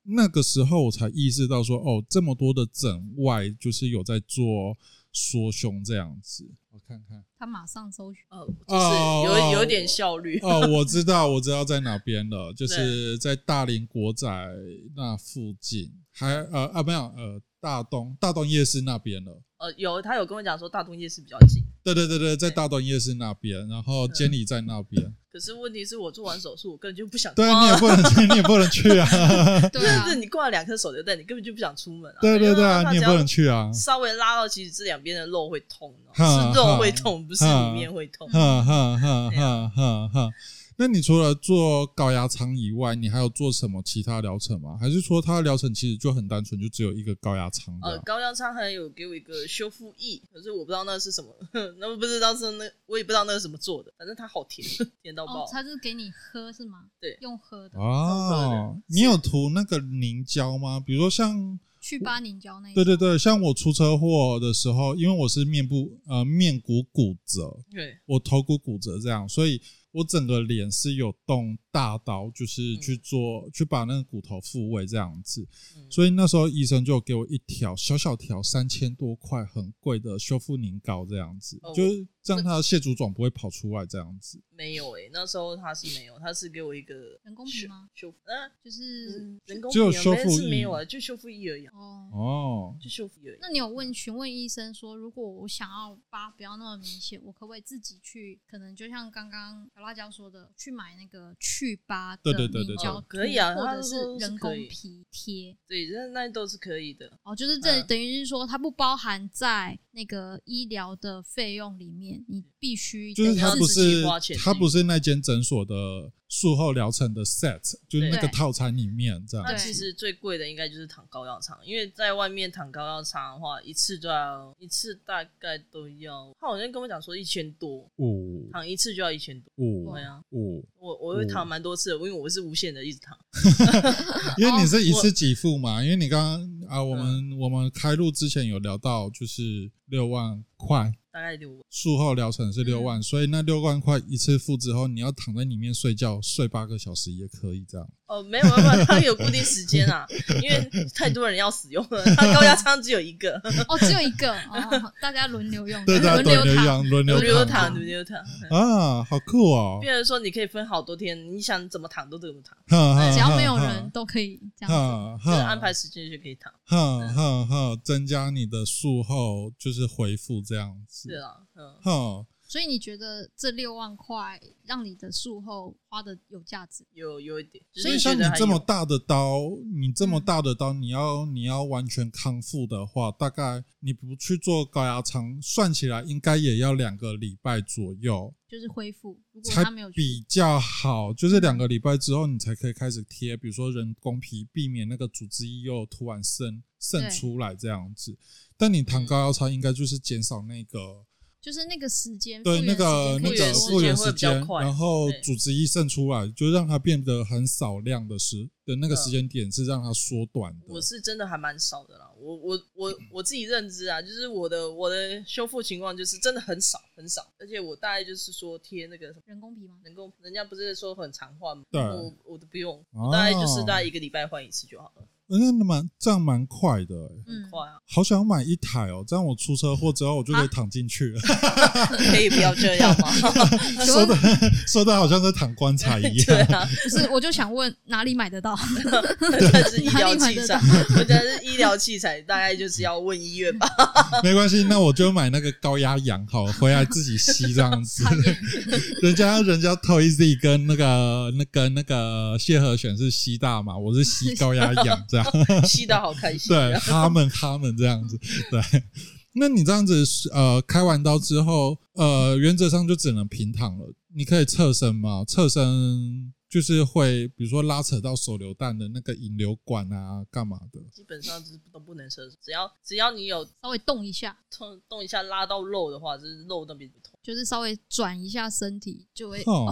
那个时候我才意识到说，哦，这么多的整外就是有在做缩胸这样子。我看看， 他马上搜寻， 呃，就是有、 哦、 有一点效率哦，我知道，我知道在哪边了，就是在大林国仔那附近，还呃啊没有呃大东大东夜市那边了。 呃，有他有跟我讲说大东夜市比较近， 对对对对，在大东夜市那边，然后监理在那边。 可是问题是我做完手术，我根本就不想。 对，你也不能去，你也不能去啊。 对啊， 就是你挂了两颗手榴弹，你根本就不想出门啊。 对对对啊，你也不能去啊。 稍微拉到，其实这两边的肉会痛，是肉会痛，不是里面会痛。 哈哈哈哈哈哈。那你除了做高压舱以外，你还有做什么其他疗程吗？还是说它的疗程其实就很单纯，就只有一个高压舱？ 呃，高压舱还有给我一个修复液，可是我不知道那是什么，那我不知道是那，我也不知道那是什么做的，反正它好甜，甜到爆。 哦，它是给你喝是吗？ 对， 用喝的。 哦，你有涂那个凝胶吗？比如说像去疤凝胶那一种。 对对对，像我出车祸的时候，因为我是面部呃面骨骨折， 对， 我头骨骨折这样，所以我整个脸是有动大刀，就是去做、嗯、去把那个骨头复位这样子、嗯、所以那时候医生就给我一条小小条三千多块很贵的修复凝膏这样子、哦、就是让它的蟹足肿不会跑出来这样子。 没有诶、欸，那时候他是没有，他是给我一个人工皮吗？ 修复，嗯、啊， 就是人工皮， 只有修复是没有啊，就修复液而已。 哦哦， 就修复液而已。 那你有问询问医生说，如果我想要疤不要那么明显，我可不可以自己去？可能就像刚刚小辣椒说的，去买那个去疤的凝胶， 可以啊， 或者是人工皮贴， 对，那那都是可以的。 哦，就是这、嗯、等于是说，它不包含在那个医疗的费用里面，你必须就是它不是它不是那间诊所的术后疗程的 set， 就是那个套餐里面这样。 那其实最贵的应该就是躺高药舱，因为在外面躺高药舱的话，一次就要一次大概都要，他好像跟我讲说一千多，哦，躺一次就要一千多，哦，对啊，哦，我我会躺蛮多次的，因为我是无限的一直躺， 因为你是一次给付嘛，因为你刚刚啊，我们、嗯、我们开录之前有聊到，就是六万块。 大概六万， 术后疗程是六万、嗯，所以那六万块一次付之后，你要躺在里面睡觉，睡八个小时也可以这样。 哦，没有没有，它有固定时间啊，因为太多人要使用了，它高压舱只有一个， 哦，只有一个，哦，大家轮流用， 对的，轮流躺，轮流躺，轮流躺啊，好酷哦！ 变成说你可以分好多天，你想怎么躺都怎么躺， 只要没有人都可以这样子， 就是安排时间就可以躺， 哈哈哈，增加你的术后就是恢复这样子。 是啊，嗯， 哈， 所以你觉得这六万块让你的术后花的有价值？ 有有一点， 所以像你这么大的刀，你这么大的刀，你要你要完全康复的话，大概你不去做高压舱，算起来应该也要两个礼拜左右， 就是恢复。如果他没有才比较好，就是两个礼拜之后，你才可以开始贴，比如说人工皮，避免那个组织液又突然渗渗出来这样子。但你躺高压舱应该就是减少那个。 就是那个时间， 对那个那个复原时间，然后组织一渗出来，就让它变得很少量的时的那个时间点是让它缩短的。 我是真的还蛮少的啦，我我我我自己认知啊，就是我的我的修复情况就是真的很少很少，而且我大概就是说贴那个人工皮吗？ 人工，人家不是说很常换吗？ 对， 我我都不用，我大概就是大概一个礼拜换一次就好了。 那蛮这样蛮快的、欸， 很快啊！ 好想买一台哦，这样我出车祸之后我就可以躺进去了。 可以不要这样吗？ 说的说的好像在躺棺材一样。 对啊， 不是，我就想问哪里买得到？ 这是医疗器材，我觉得是医疗器材，大概就是要问医院吧。 没关系，那我就买那个高压氧好，回来自己吸这样子。人家人家 Toyz 跟那个那个那个谢和弦是吸大麻，我是吸高压氧。 吸得好开心， 对，他们他们这样子，对。那你这样子，呃，开完刀之后，呃，原则上就只能平躺了。你可以侧身吗？侧身就是会，比如说拉扯到手榴弹的那个引流管啊，干嘛的？ 基本上就是都不能侧身，只要只要你有稍微动一下， 动动一下拉到肉的话，就是肉那边不痛， 就是稍微转一下身体就会。 哦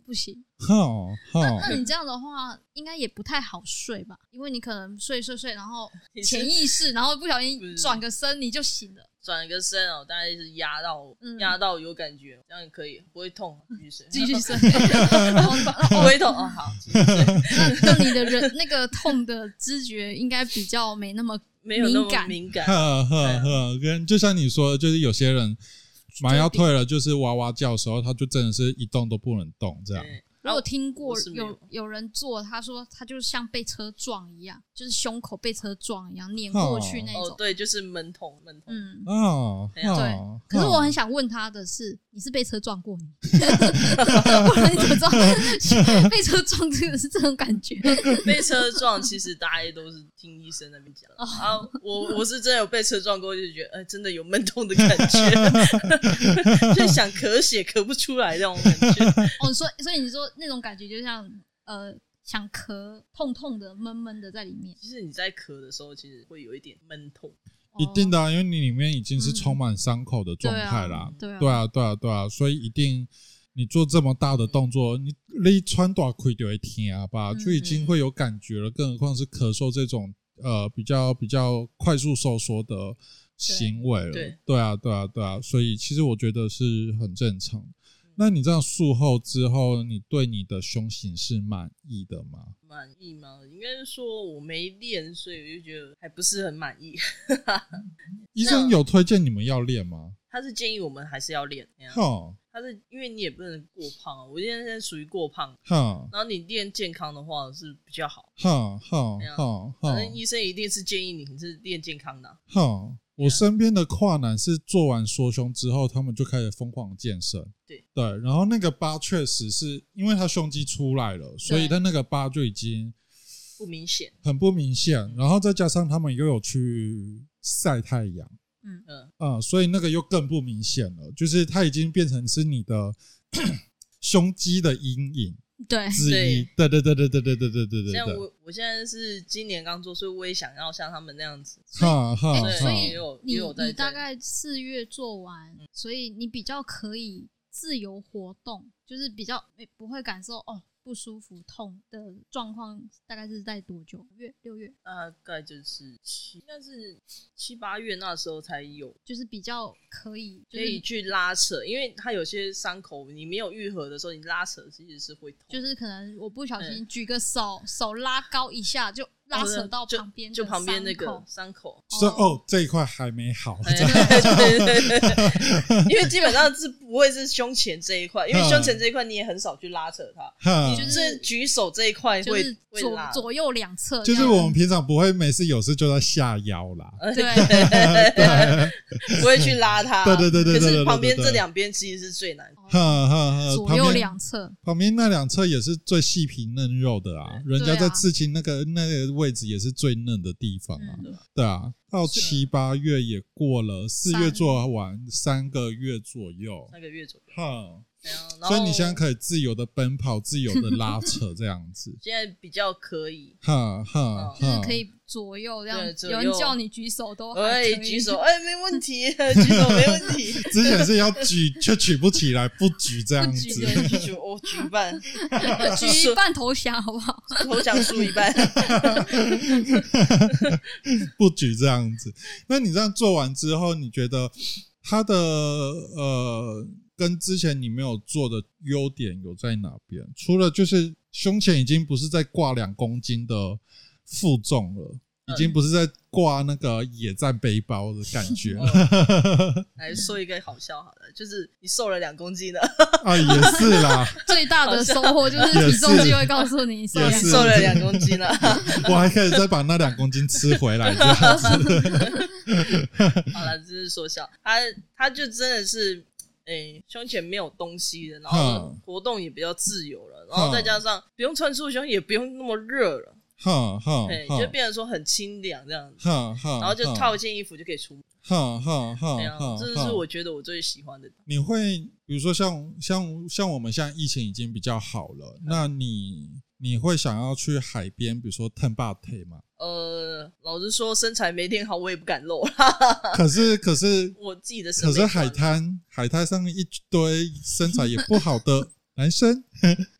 不行。 哼哼， 那那你这样的话，应该也不太好睡吧？因为你可能睡睡睡，然后潜意识，然后不小心转个身你就醒了。 转个身哦，大概是压到压、嗯、到有感觉，这样也可以，不会痛，继续睡， 继续睡， 不会痛哦。好，继续睡。 那那你的人那个痛的知觉应该比较没那么没有那么敏感。 呵呵呵，跟就像你说的，就是有些人麻药退了，就是哇哇叫的时候，他就真的是一动都不能动这样。 我有听过有有人做，他说他就像被车撞一样，就是胸口被车撞一样碾过去那种。 哦，对，就是闷痛，闷痛。 嗯， 哦， 对。哦、可是我很想问他的是，你是被车撞过你？不然你怎么知道被车撞这个是这种感觉？ 被车撞，其实大家都是听医生那边讲。哦、啊，我我是真的有被车撞过，就觉得哎、呃，真的有闷痛的感觉，就想咳血咳不出来那种感觉。 哦，所以所以你说。那种感觉就像呃想咳痛痛的闷闷的在里面。 其实你在咳的时候，其实会有一点闷痛。 一定的、啊，因为你里面已经是充满伤口的状态啦、嗯。对啊，对啊，对啊，对啊，所以一定你做这么大的动作，你你穿大裤就会痛啊吧，就已经会有感觉了。更何况是咳嗽这种呃比较比较快速收缩的行为了。对，对啊，对啊，对啊，所以其实我觉得是很正常的。那你这样术后之后，你对你的胸型是满意的吗？ 满意吗？应该是说我没练，所以我就觉得还不是很满意。 医生有推荐你们要练吗？ 他是建议我们还是要练。 哦， 他是因为你也不能过胖，我现在属于过胖。 然后你练健康的话是比较好。 哼哼哼， 反正医生一定是建议你是练健康的。 哼。我身边的跨男是做完缩胸之后，他们就开始疯狂健身。 对对，然后那个疤确实是因为他胸肌出来了，所以他那个疤就已经不明显， 很不明显。然后再加上他们又有去晒太阳， 嗯嗯啊、嗯，所以那个又更不明显了，就是它已经变成是你的胸肌的阴影。 对， 之一，对对对对对对对对对对。 像我，我现在是今年刚做，所以我也想要像他们那样子。 哈哈， 所以你你大概四月做完，嗯、所以你比较可以自由活动，就是比较不会感受哦不舒服痛的状况，大概是在多久？月六月？ 大概就是七，应该是七八月那时候才有， 就是比较可以、就是、 可以去拉扯，因为它有些伤口你没有愈合的时候，你拉扯其实是会痛， 就是可能我不小心举个手，嗯、手拉高一下就拉扯到旁边的就旁边那个伤口， 说哦这一块还没好， 对对对对，因为基本上是不会是胸前这一块，因为胸前这一块你也很少去拉扯它。就是举手这一块会、就是、 左左右两侧， 就是我们平常不会没事有事就在下腰啦， 对对对，不会去拉它， 对对对对对， 可是旁边这两边其实是最难的， 哈哈， 左右两侧， 旁边那两侧也是最细皮嫩肉的啊，人家在刺青那个那个位置也是最嫩的地方啊， 嗯、 对啊，到七八月也过了，四月做完三个月左右， 三个月左右， 哈。所以你现在可以自由的奔跑，自由的拉扯这样子。 现在比较可以， 哈哈， 就是可以左右这样，有人叫你举手都可以举手，哎，没问题，举手没问题。 之前是要举却举不起来，不举这样子， 举举我举一半， 举一半投降好不好？ 投降输一半， 不举这样子。那你这样做完之后，你觉得他的呃？跟之前你没有做的优点有在哪边？除了就是胸前已经不是在挂两公斤的负重了，已经不是在挂那个野战背包的感觉了。 嗯、来说一个好笑好了，就是你瘦了两公斤了啊，也是啦。 最大的收获就是体重机会告诉你瘦瘦了两公斤了。 我还可以再把那两公斤吃回来这样子。 好了，这是说笑，他他就真的是。诶，胸前没有东西的，然后活动也比较自由了，然后再加上不用穿束胸，也不用那么热了， 哈哈， 哎，就变成说很清凉这样子，哈哈，然后就套一件衣服就可以出门， 哈哈哈， 这是我觉得我最喜欢的。 你会比如说像像像我们现在疫情已经比较好了，嗯、那你你会想要去海边，比如说探坝腿吗？ 呃，老实说，身材没练好，我也不敢露。 可是，可是我自己的， 可是海滩海滩上面一堆身材也不好的男生，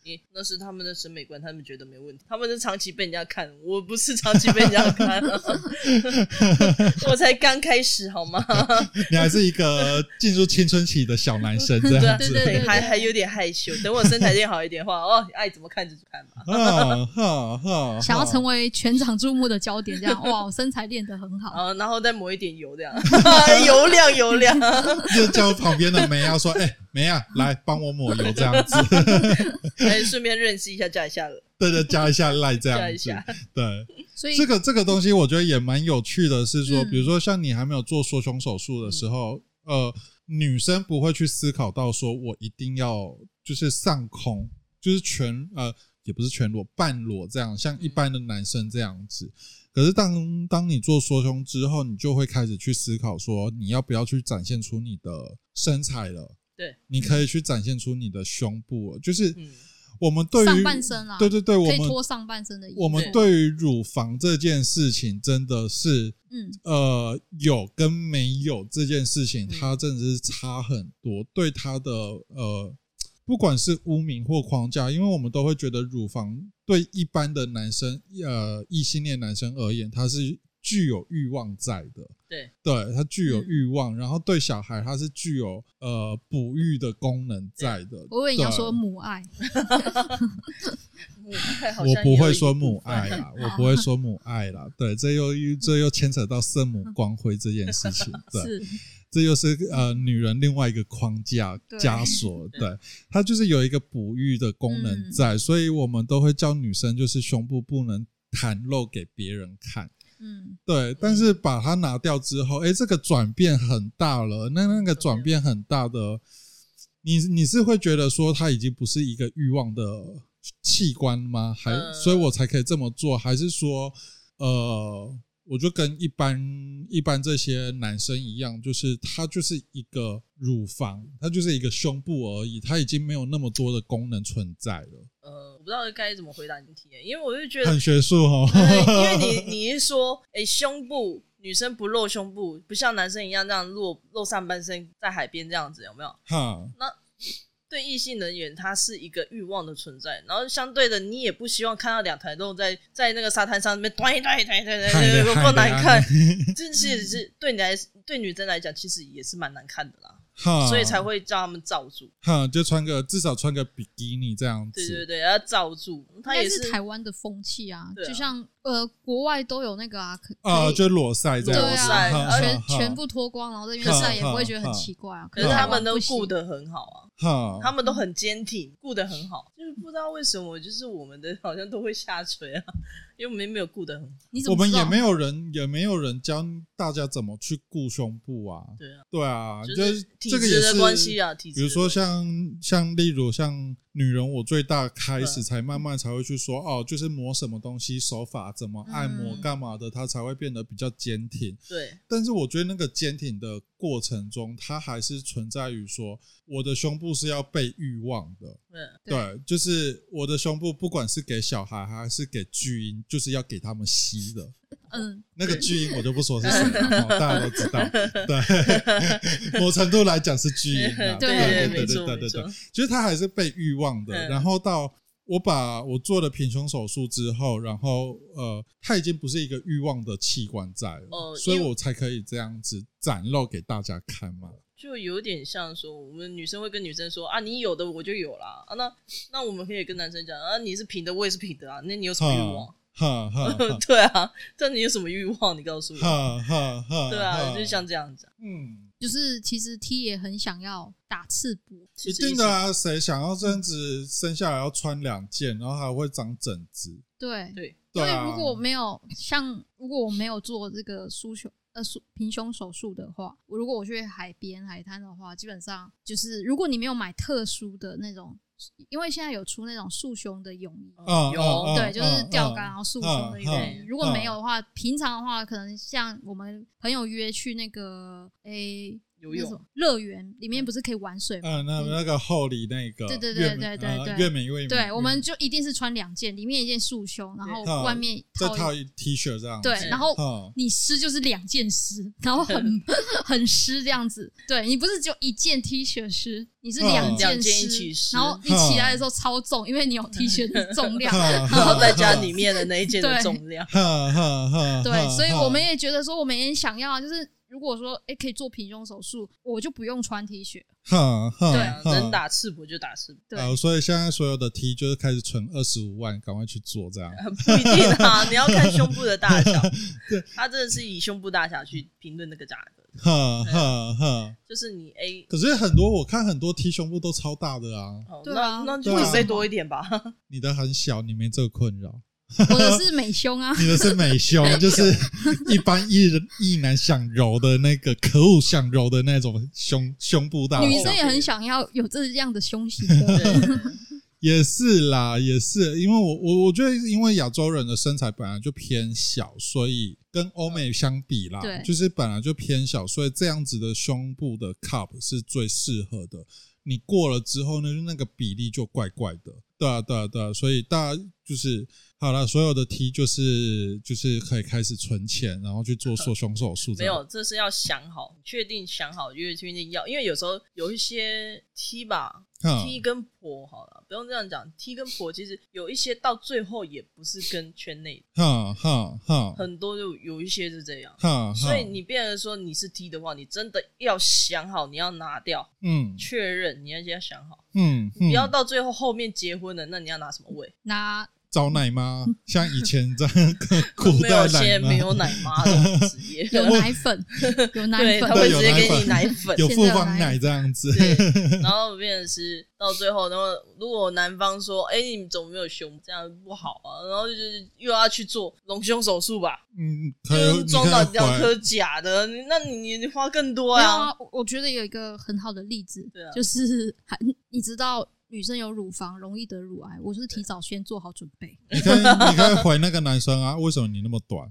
欸，那是他们的审美观，他们觉得没问题，他们是长期被人家看，我不是长期被人家看我才刚开始好吗你还是一个进入青春期的小男生这样子。 对对对，还还有点害羞，等我身材变好一点的话，哦，爱怎么看就看吧啊哈哈， 想要成为全场注目的焦点，这样哇，我身材练得很好， 啊，然后再抹一点油，这样油亮油亮， 就叫旁边的梅亚说：“哎、欸，梅亚来帮我抹油，这样子。 哎，顺便认识一下，加一下了。” 对对，加一下赖这样子， 加一下对， 所以这个这个东西我觉得也蛮有趣的，是说， 嗯、 比如说像你还没有做缩胸手术的时候，嗯、呃，女生不会去思考到说我一定要就是上空，就是全呃也不是全裸，半裸这样，像一般的男生这样子。可是当当你做缩胸之后，你就会开始去思考说，你要不要去展现出你的身材了？ 对， 你可以去展现出你的胸部了，就是。 嗯我们对于上半身啦， 对对对，我们可以脱上半身的衣服。 我们对于乳房这件事情真的是， 嗯， 呃，有跟没有这件事情， 嗯、 它真的是差很多。对它的呃，不管是污名或框架，因为我们都会觉得乳房对一般的男生，呃，异性恋男生而言，它是具有欲望在的。 对， 对，它具有欲望，嗯、然后对小孩它是具有呃哺育的功能在的。 我以为你要说母爱， 母爱好像我不会说母爱啦，我不会说母爱啦。对，这又这又牵扯到圣母光辉这件事情。对， 是这又是呃女人另外一个框架枷锁。对，它就是有一个哺育的功能在，嗯、所以我们都会教女生就是胸部不能袒露给别人看。嗯，对，但是把它拿掉之后，诶，这个转变很大了。那那个转变很大的，你你是会觉得说它已经不是一个欲望的器官吗？还、呃、所以我才可以这么做，还是说，呃，我就跟一般一般这些男生一样，就是它就是一个乳房，它就是一个胸部而已，它已经没有那么多的功能存在了。 呃，我不知道该怎么回答你的提问，因为我就觉得很学术齁、 呃，因为你你是说，诶，胸部女生不露胸部，不像男生一样这样露露上半身在海边这样子，有没有？哈，那对异性人员，它是一个欲望的存在，然后相对的，你也不希望看到两台肉在在那个沙滩上面对对对对对，有够难看，这其实是对你来对女生来讲，其实也是蛮难看的啦。所以才会叫他们罩住， 哈，就穿个至少穿个比基尼这样子。 对对对，要罩住。它也是台湾的风气啊，啊就像呃国外都有那个啊， 啊、呃，就裸晒这样子， 对啊，全全部脱光，然后在那边晒也不会觉得很奇怪啊。 可是他们都顾得很好啊，他们都很坚挺，顾得很好，就是不知道为什么，就是我们的好像都会下垂啊，因为我们没有顾得很好。 你怎么知道？ 我们也没有人也没有人教大家怎么去顾胸部啊。 对啊， 对啊， 就是这个也是关系啊。 比如说像像例如像女人我最大开始才慢慢才会去说、嗯、哦，就是抹什么东西手法怎么按摩干嘛的，它才会变得比较坚挺。 对， 但是我觉得那个坚挺的过程中，它还是存在于说我的胸部是要被欲望的。对，对，就是我的胸部不管是给小孩还是给巨婴，就是要给他们吸的。嗯，那个巨婴我就不说是谁了，大家都知道。对，某程度来讲是巨婴啊。 对对对对对对对，就是他还是被欲望的。然后到我把我做了平胸手术之后，然后呃，它已经不是一个欲望的器官在了，哦、所以我才可以这样子展露给大家看嘛。 就有点像说，我们女生会跟女生说啊，你有的我就有啦啊，那那我们可以跟男生讲啊，你是平的，我也是平的啊，那你有什么欲望？ 哈哈， 对啊，但你有什么欲望？你告诉我。 哈哈哈， 对啊，就是像这样子、啊。 嗯，就是其实 T 也很想要打赤膊， 一定的啊，谁想要这样子生下来要穿两件，然后还会长疹子？ 对对， 因为如果没有像如果我没有做这个缩胸呃平胸手术的话，我如果我去海边海滩的话，基本上就是如果你没有买特殊的那种。因为现在有出那种束胸的泳衣， 嗯、 有对，就是吊杆然后束胸的泳衣。如果没有的话，平常的话，可能像我们朋友约去那个诶游泳乐园里面不是可以玩水吗？ 嗯，那那个后里那个， 对对对对对对， 越美越美， 对，我们就一定是穿两件，里面一件束胸，然后外面再套一 T 恤这样子。 对，然后你湿就是两件湿，然后很很湿这样子。对，你不是只有一件 T 恤湿，你是两件湿，然后你起来的时候超重，因为你有 T 恤的重量， 然后再加里面的那一件的重量。 对，所以我们也觉得说，我们也想要就是。如果说哎可以做平胸手术，我就不用穿 T 恤， 对，能打赤膊就打赤膊。 对、呃，所以现在所有的 T 就是开始存二十五万，赶快去做这样。 不一定啊，你要看胸部的大小，他真的是以胸部大小去评论那个价格。 哈哈哈， 就是你 A， 可是很多我看很多 T 胸部都超大的啊。 哦、对啊，那就准备多一点吧。 你的很小，你没这个困扰。 我的是美胸啊， 你的是美胸，就是一般艺人艺男想揉的那个，可恶想揉的那种胸胸部大。 女生也很想要有这样的胸型的。 也是啦，也是，因为我我我觉得，因为亚洲人的身材本来就偏小，所以跟欧美相比啦， 对， 就是本来就偏小，所以这样子的胸部的 cup 是最适合的。你过了之后呢，就那个比例就怪怪的，对啊，对啊，对啊，所以大家就是好了，所有的 T 就是就是可以开始存钱，然后去做缩胸手术。 没有，这是要想好，确定想好，因为确定要，因为有时候有一些 T 吧。T 跟婆好了，不用这样讲。T 跟婆其实有一些到最后也不是跟圈内的， 哈哈哈， 很多就有一些是这样。 哈， 所以你变成说你是 T 的话，你真的要想好你要拿掉，嗯，确认你要先想好，嗯，你不要到最后后面结婚了，那你要拿什么位？ 拿。 找奶妈，像以前在古代奶妈， 没有，现在没有奶妈的职业， 有奶粉，有奶粉， 对，他会直接给你奶粉， 有复方奶这样子。 然后变成是到最后，然后如果男方说：“哎、欸，你怎么没有胸？这样不好啊。”然后就是又要去做隆胸手术吧，嗯，就是装到两颗假的，那你你花更多啊。 啊我觉得有一个很好的例子，对啊、就是你知道。女生有乳房容易得乳癌，我是提早先做好准备。 你可以，你可以回那个男生啊，为什么你那么短？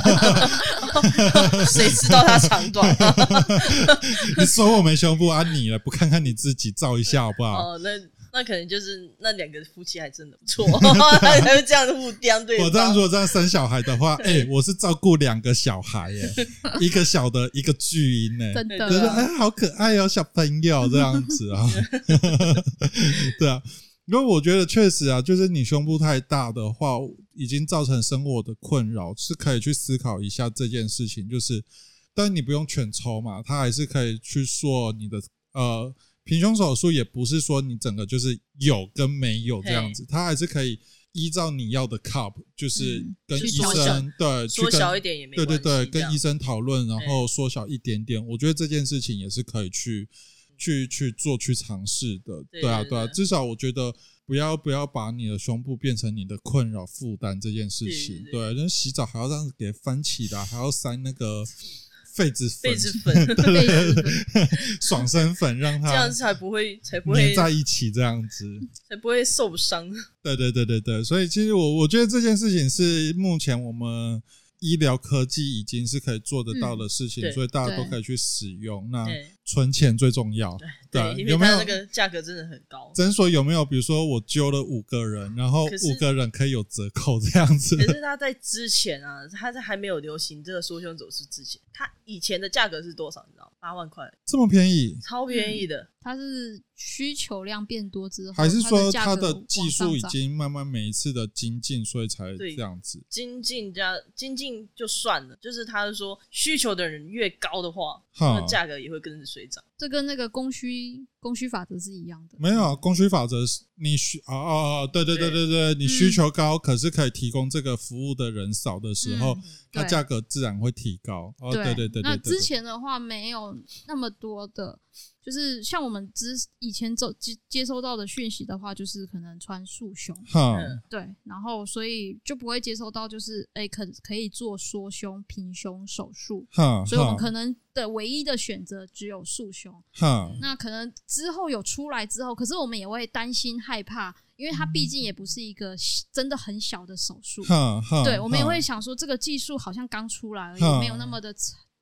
谁知道他长短、啊？ 你说我没胸部啊，你了，不看看你自己照一下好不好？ 哦，那那可能就是那两个夫妻还真的不错，还会这样互相对。 我这样如果这样生小孩的话，哎、欸，我是照顾两个小孩耶，一个小的，一个巨婴呢， 真的， 觉得哎，好可爱哦，小朋友这样子啊，对啊。因为我觉得确实啊，就是你胸部太大的话，已经造成生活的困扰，是可以去思考一下这件事情。就是，但你不用全抽嘛，它还是可以去做你的呃平胸手术，也不是说你整个就是有跟没有这样子，它还是可以依照你要的 cup， 就是跟医生、嗯、对缩小一点也没关系， 对对对，跟医生讨论，然后缩小一点点。我觉得这件事情也是可以去。去去做去尝试的，对啊对啊，至少我觉得不要不要把你的胸部变成你的困扰负担这件事情，对，因为洗澡还要这样子给翻起来，还要塞那个痱子粉， 痱子粉， 爽身粉，让它这样才不会才不会黏在一起，这样子才不会受伤。 对对对对对，所以其实我我觉得这件事情是目前我们。医疗科技已经是可以做得到的事情，嗯、所以大家都可以去使用。那存钱最重要， 对，对因为它那个价格真的很高。 诊所有没有？比如说我揪了五个人，然后五个人可以有折扣这样子。 可是他在之前啊，他在还没有流行这个缩胸手术之前，他以前的价格是多少？你知道？八万块， 这么便宜， 超便宜的。 嗯它是需求量变多之后， 还是说它的技术已经慢慢每一次的精进，所以才这样子？ 精进加精进就算了，就是他是说需求的人越高的话，那价格也会跟着水涨。 这跟那个供需供需法则是一样的。 没有供需法则是你需哦哦对对对对对，你需求高，嗯、可是可以提供这个服务的人少的时候，嗯、它价格自然会提高。哦，对对对对。 那之前的话没有那么多的。就是像我们之以前走接接收到的讯息的话，就是可能穿束胸，嗯、对，然后所以就不会接收到就是诶可可以做缩胸、平胸手术，所以我们可能的唯一的选择只有束胸。那可能之后有出来之后，可是我们也会担心害怕，因为它毕竟也不是一个真的很小的手术，对，我们也会想说这个技术好像刚出来而已，没有那么的。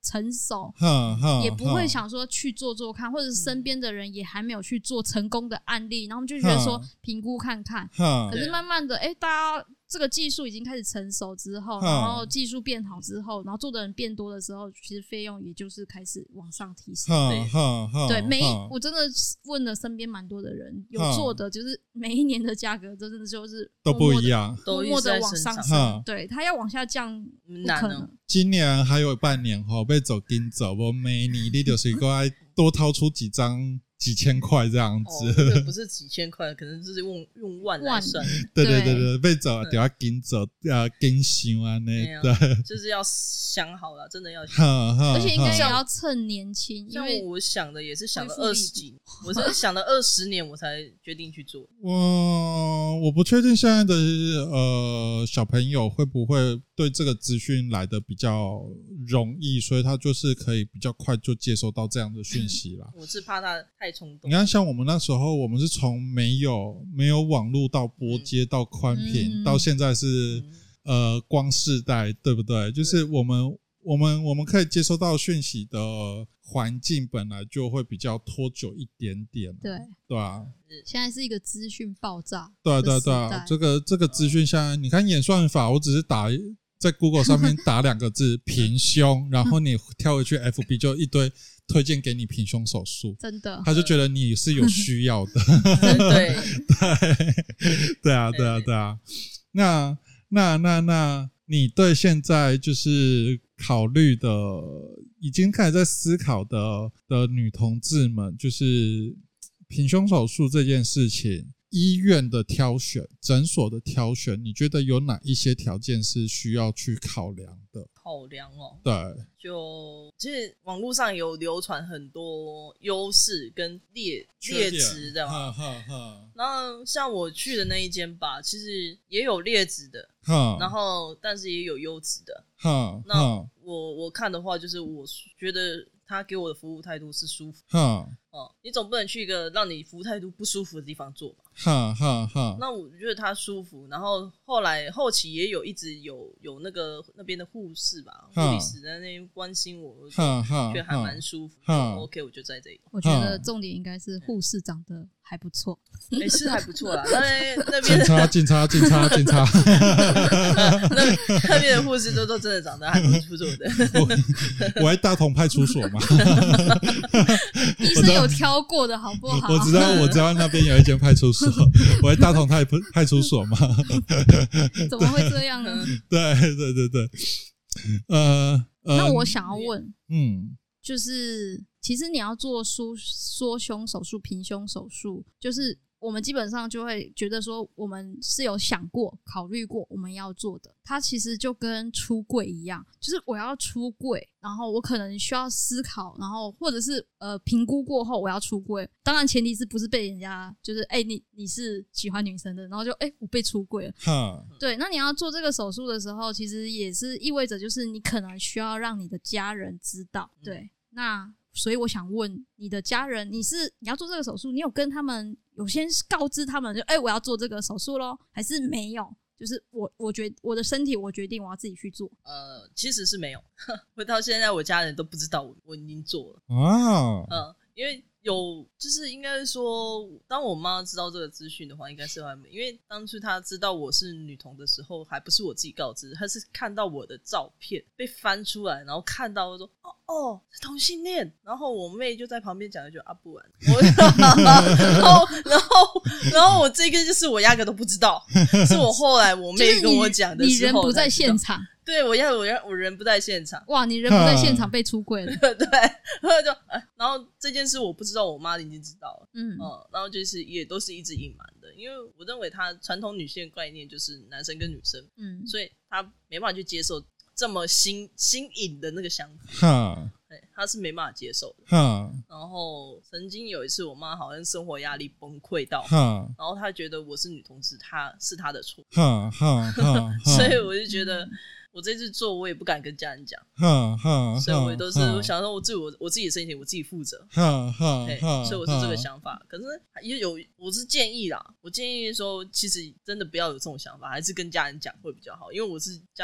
成熟， 哼哼也不会想说去做做看，或者是身边的人也还没有去做成功的案例，然后我们就觉得说评估看看。可是慢慢的，哎，大家这个技术已经开始成熟之后，然后技术变好之后，然后做的人变多的时候，其实费用也就是开始往上提升。对，对，每一我真的问了身边蛮多的人，有做的就是每一年的价格真的就是都不一样， 默默的往上升。对，它要往下降不可能。 今年还有半年后被走紧走，我每年你就是应该多掏出几张几千块这样子， 哦，这个不是几千块，可能就是用用万来算。 对对对对，被走就要紧走，要紧想啊那对，就是要想好了，真的要想好， 而且应该也要趁年轻。 因为我想的也是想了二十几年，我是想了二十年我才决定去做。 我我不确定现在的呃小朋友会不会对这个资讯来的比较容易，所以他就是可以比较快就接收到这样的讯息啦。 嗯，我是怕他太冲动。 你看，像我们那时候，我们是从没有没有网络到拨接到宽频，嗯，到现在是，嗯，呃光世代，对不对？就是我们我们我们可以接收到讯息的环境本来就会比较拖久一点点， 对对啊。 现在是一个资讯爆炸， 对对对啊，这个这个资讯现在，你看演算法，我只是打在 Google 上面打两个字平胸，然后你跳回去 F B 就一堆推荐给你平胸手术， 真的， 他就觉得你是有需要的。 对对对啊对啊对啊。那那那那你对现在就是考虑的已经开始在思考的的女同志们，就是平胸手术这件事情，医院的挑选，诊所的挑选，你觉得有哪一些条件是需要去考量的？ 考量哦， 对， 就其实网络上有流传很多优势跟劣劣质的嘛，然后像我去的那一间吧，其实也有劣质的，然后但是也有优质的。那我我看的话，就是我觉得他给我的服务态度是舒服。哦，你总不能去一个让你服务态度不舒服的地方做吧？哈哈哈。那我觉得他舒服，然后后来后期也有一直有有那个那边的护士吧，护理师在那边关心我，我觉得还蛮舒服。OK， 我就在这里。 我觉得重点应该是护士长得还不错， 哎、欸，是还不错啦。那那边警察，警察，警察，警察， 那那边的护士都都真的长得还不错的。 我, 我在大同派出所嘛， 医生有挑过的好不好？ 我知道，我知道那边有一间派出所，我在大同派派出所嘛。 怎么会这样呢？ 对对对对，呃，呃那我想要问， 嗯， 就是其实你要做缩缩胸手术、平胸手术，就是我们基本上就会觉得说，我们是有想过、考虑过我们要做的。它其实就跟出柜一样，就是我要出柜，然后我可能需要思考，然后或者是呃评估过后我要出柜。当然前提是不是被人家就是哎、欸、你你是喜欢女生的，然后就哎、欸、我被出柜了。对，那你要做这个手术的时候，其实也是意味着就是你可能需要让你的家人知道。对，那所以我想问你的家人，你是你要做这个手术，你有跟他们有先告知他们就哎、欸、我要做这个手术咯，还是没有？就是我我决我的身体我决定我要自己去做。 呃，其实是没有，我到现在我家人都不知道我我已经做了。 哦， 嗯，因为有就是应该说，当我妈知道这个资讯的话，应该是还没，因为当初她知道我是女同的时候，还不是我自己告知，她是看到我的照片被翻出来，然后看到说哦哦是同性恋，然后我妹就在旁边讲一句啊不然，我然后然后然后我这个就是我压根都不知道，是我后来我妹跟我讲的时候， 你人不在现场。 对，我要我我人不在现场。 哇，你人不在现场被出柜了。 对，然后就，然后这件事我不知道，我妈已经知道了。嗯，嗯，然后就是也都是一直隐瞒的，因为我认为她传统女性的概念就是男生跟女生，嗯，所以她没办法去接受这么新新颖的那个想法。对，她是没办法接受的。然后曾经有一次，我妈好像生活压力崩溃到，然后她觉得我是女同志，她是她的错。所以我就觉得。我这次做我也不敢跟家人讲，所以我都是我想说我自己我我自己的身体我自己负责，所以我是这个想法。可是也有我是建议啦，我建议说其实真的不要有这种想法，还是跟家人讲会比较好，因为我是家里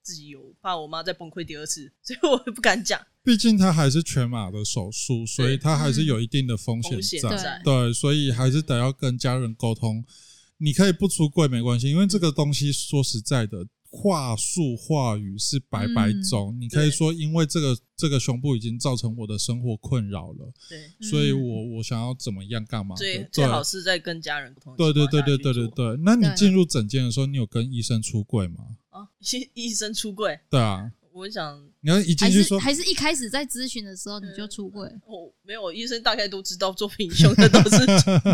自己有，怕我妈再崩溃第二次，所以我也不敢讲。 毕竟它还是全麻的手术，所以它还是有一定的风险在。 在对，所以还是得要跟家人沟通。你可以不出柜没关系，因为这个东西说实在的，话术话语是百百种。嗯、你可以说，因为这个这个胸部已经造成我的生活困扰了，对，所以我我想要怎么样干嘛的？ 最最好是在跟家人沟通。 对对对对对对对。那你进入诊间的时候，你有跟医生出柜吗？ 啊，医生出柜？ 对啊。 我想， 你要一进去说， 还是还是一开始在咨询的时候你就出柜？ 哦，没有，医生大概都知道做平胸的都是。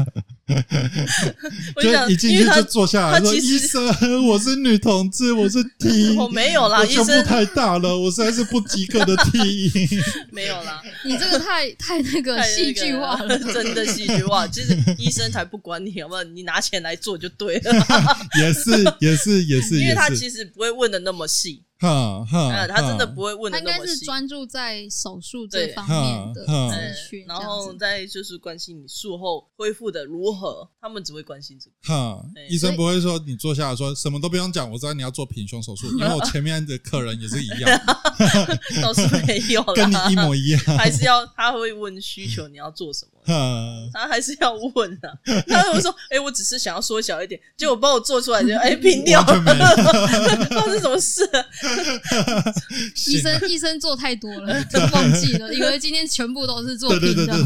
我想一进去就坐下来说：“医生，我是女同志，我是 T。” 我没有啦， 我胸部太大了，我实在是不及格的 T。 没有啦， 你这个太太那个戏剧化了， 真的戏剧化。其实医生才不管你，好不好？你拿钱来做就对了。 也是，也是，也是， 因为他其实不会问的那么细。 哈哈， 他真的不会问的那么细， 他应该是专注在手术这方面的资讯， 然后再就是关心你术后恢复的如何，他们只会关心这个。 哈，医生不会说你坐下来说什么都不用讲，我知道你要做平胸手术，因为我前面的客人也是一样， 倒是没有啦， 跟你一模一样， 还是要他会问需求你要做什么。他还是要问啊，他会说：“哎、欸，我只是想要缩小一点。”结果帮我做出来就哎、欸、平掉了，不知道是什么事。 医生医生做太多了，就忘记了，以为今天全部都是做平的。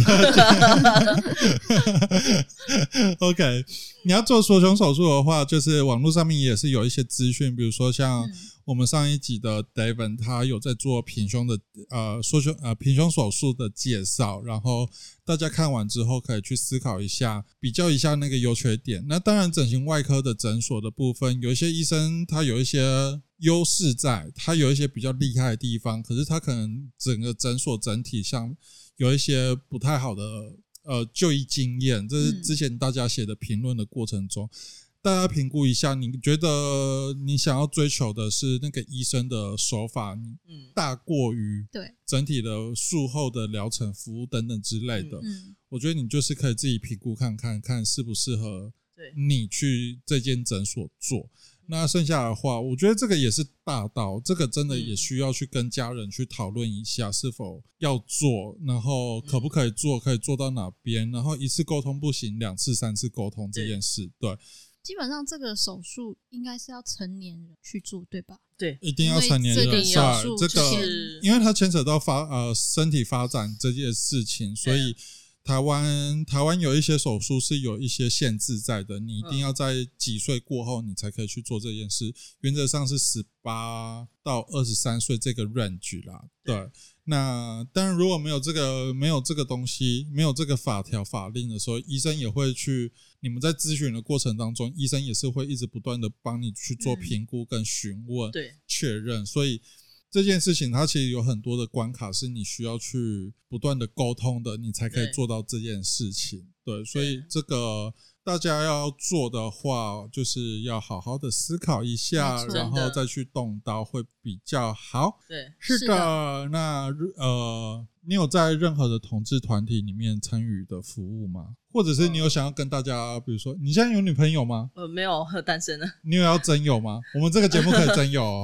OK， 你要做缩胸手术的话，就是网络上面也是有一些资讯，比如说像。嗯我们上一集的 David 他有在做平胸的呃缩胸呃平胸手术的介绍，然后大家看完之后可以去思考一下，比较一下那个优缺点。那当然整形外科的诊所的部分，有一些医生他有一些优势在，他有一些比较厉害的地方，可是他可能整个诊所整体上有一些不太好的呃就医经验，这是之前大家写的评论的过程中。大家评估一下，你觉得你想要追求的是那个医生的手法大过于整体的术后的疗程服务等等之类的，嗯、我觉得你就是可以自己评估看看看适不适合你去这间诊所做。那剩下的话，我觉得这个也是大道，这个真的也需要去跟家人去讨论一下是否要做，然后可不可以做，可以做到哪边，然后一次沟通不行，两次三次沟通这件事，对。 基本上这个手术应该是要成年人去做，对吧？ 对， 一定要成年人。 这个手术这个，因为它牵扯到发呃身体发展这件事情，所以台湾台湾有一些手术是有一些限制在的，你一定要在几岁过后你才可以去做这件事。原则上是十八到二十三岁这个 range 啦，对。那当然，如果没有这个没有这个东西，没有这个法条法令的时候，医生也会去。你们在咨询的过程当中，医生也是会一直不断的帮你去做评估跟询问、对确认。所以这件事情它其实有很多的关卡是你需要去不断的沟通的，你才可以做到这件事情。对，所以这个。大家要做的话，就是要好好的思考一下，然后再去动刀会比较好。 对， 是的。是的那呃，你有在任何的同志团体里面参与的服务吗？或者是你有想要跟大家，比如说，你现在有女朋友吗？ 呃，没有，单身了。 你有要征友吗？我们这个节目可以征友哦。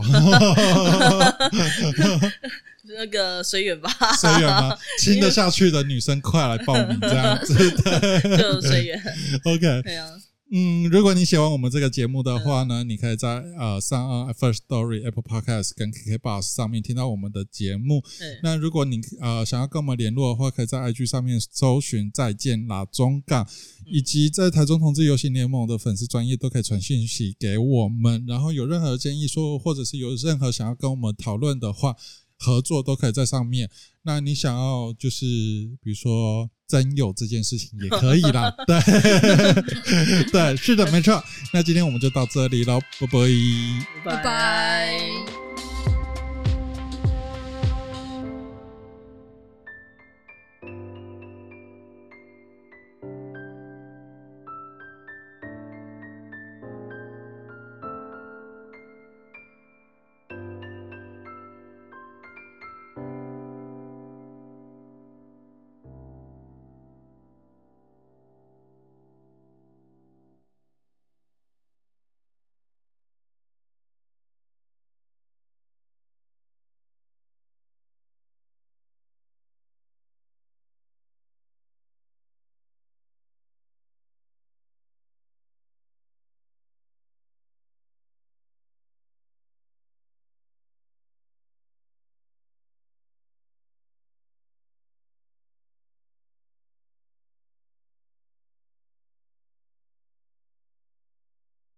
那个随缘吧， 随缘吗？亲得下去的女生快来报名，这样子对，就随缘。 OK， 对啊。嗯，如果你喜欢我们这个节目的话呢，嗯、你可以在呃上岸 First Story、Apple Podcast 跟 K K B O X 上面听到我们的节目。那如果你呃想要跟我们联络的话，可以在 I G 上面搜寻再见啦中港，以及在台中同志游行联盟的粉丝专页都可以传讯息给我们。然后有任何建议说，或者是有任何想要跟我们讨论的话，合作都可以在上面。那你想要就是比如说真有这件事情也可以啦。对对，是的，没错。那今天我们就到这里咯，拜拜， 拜拜。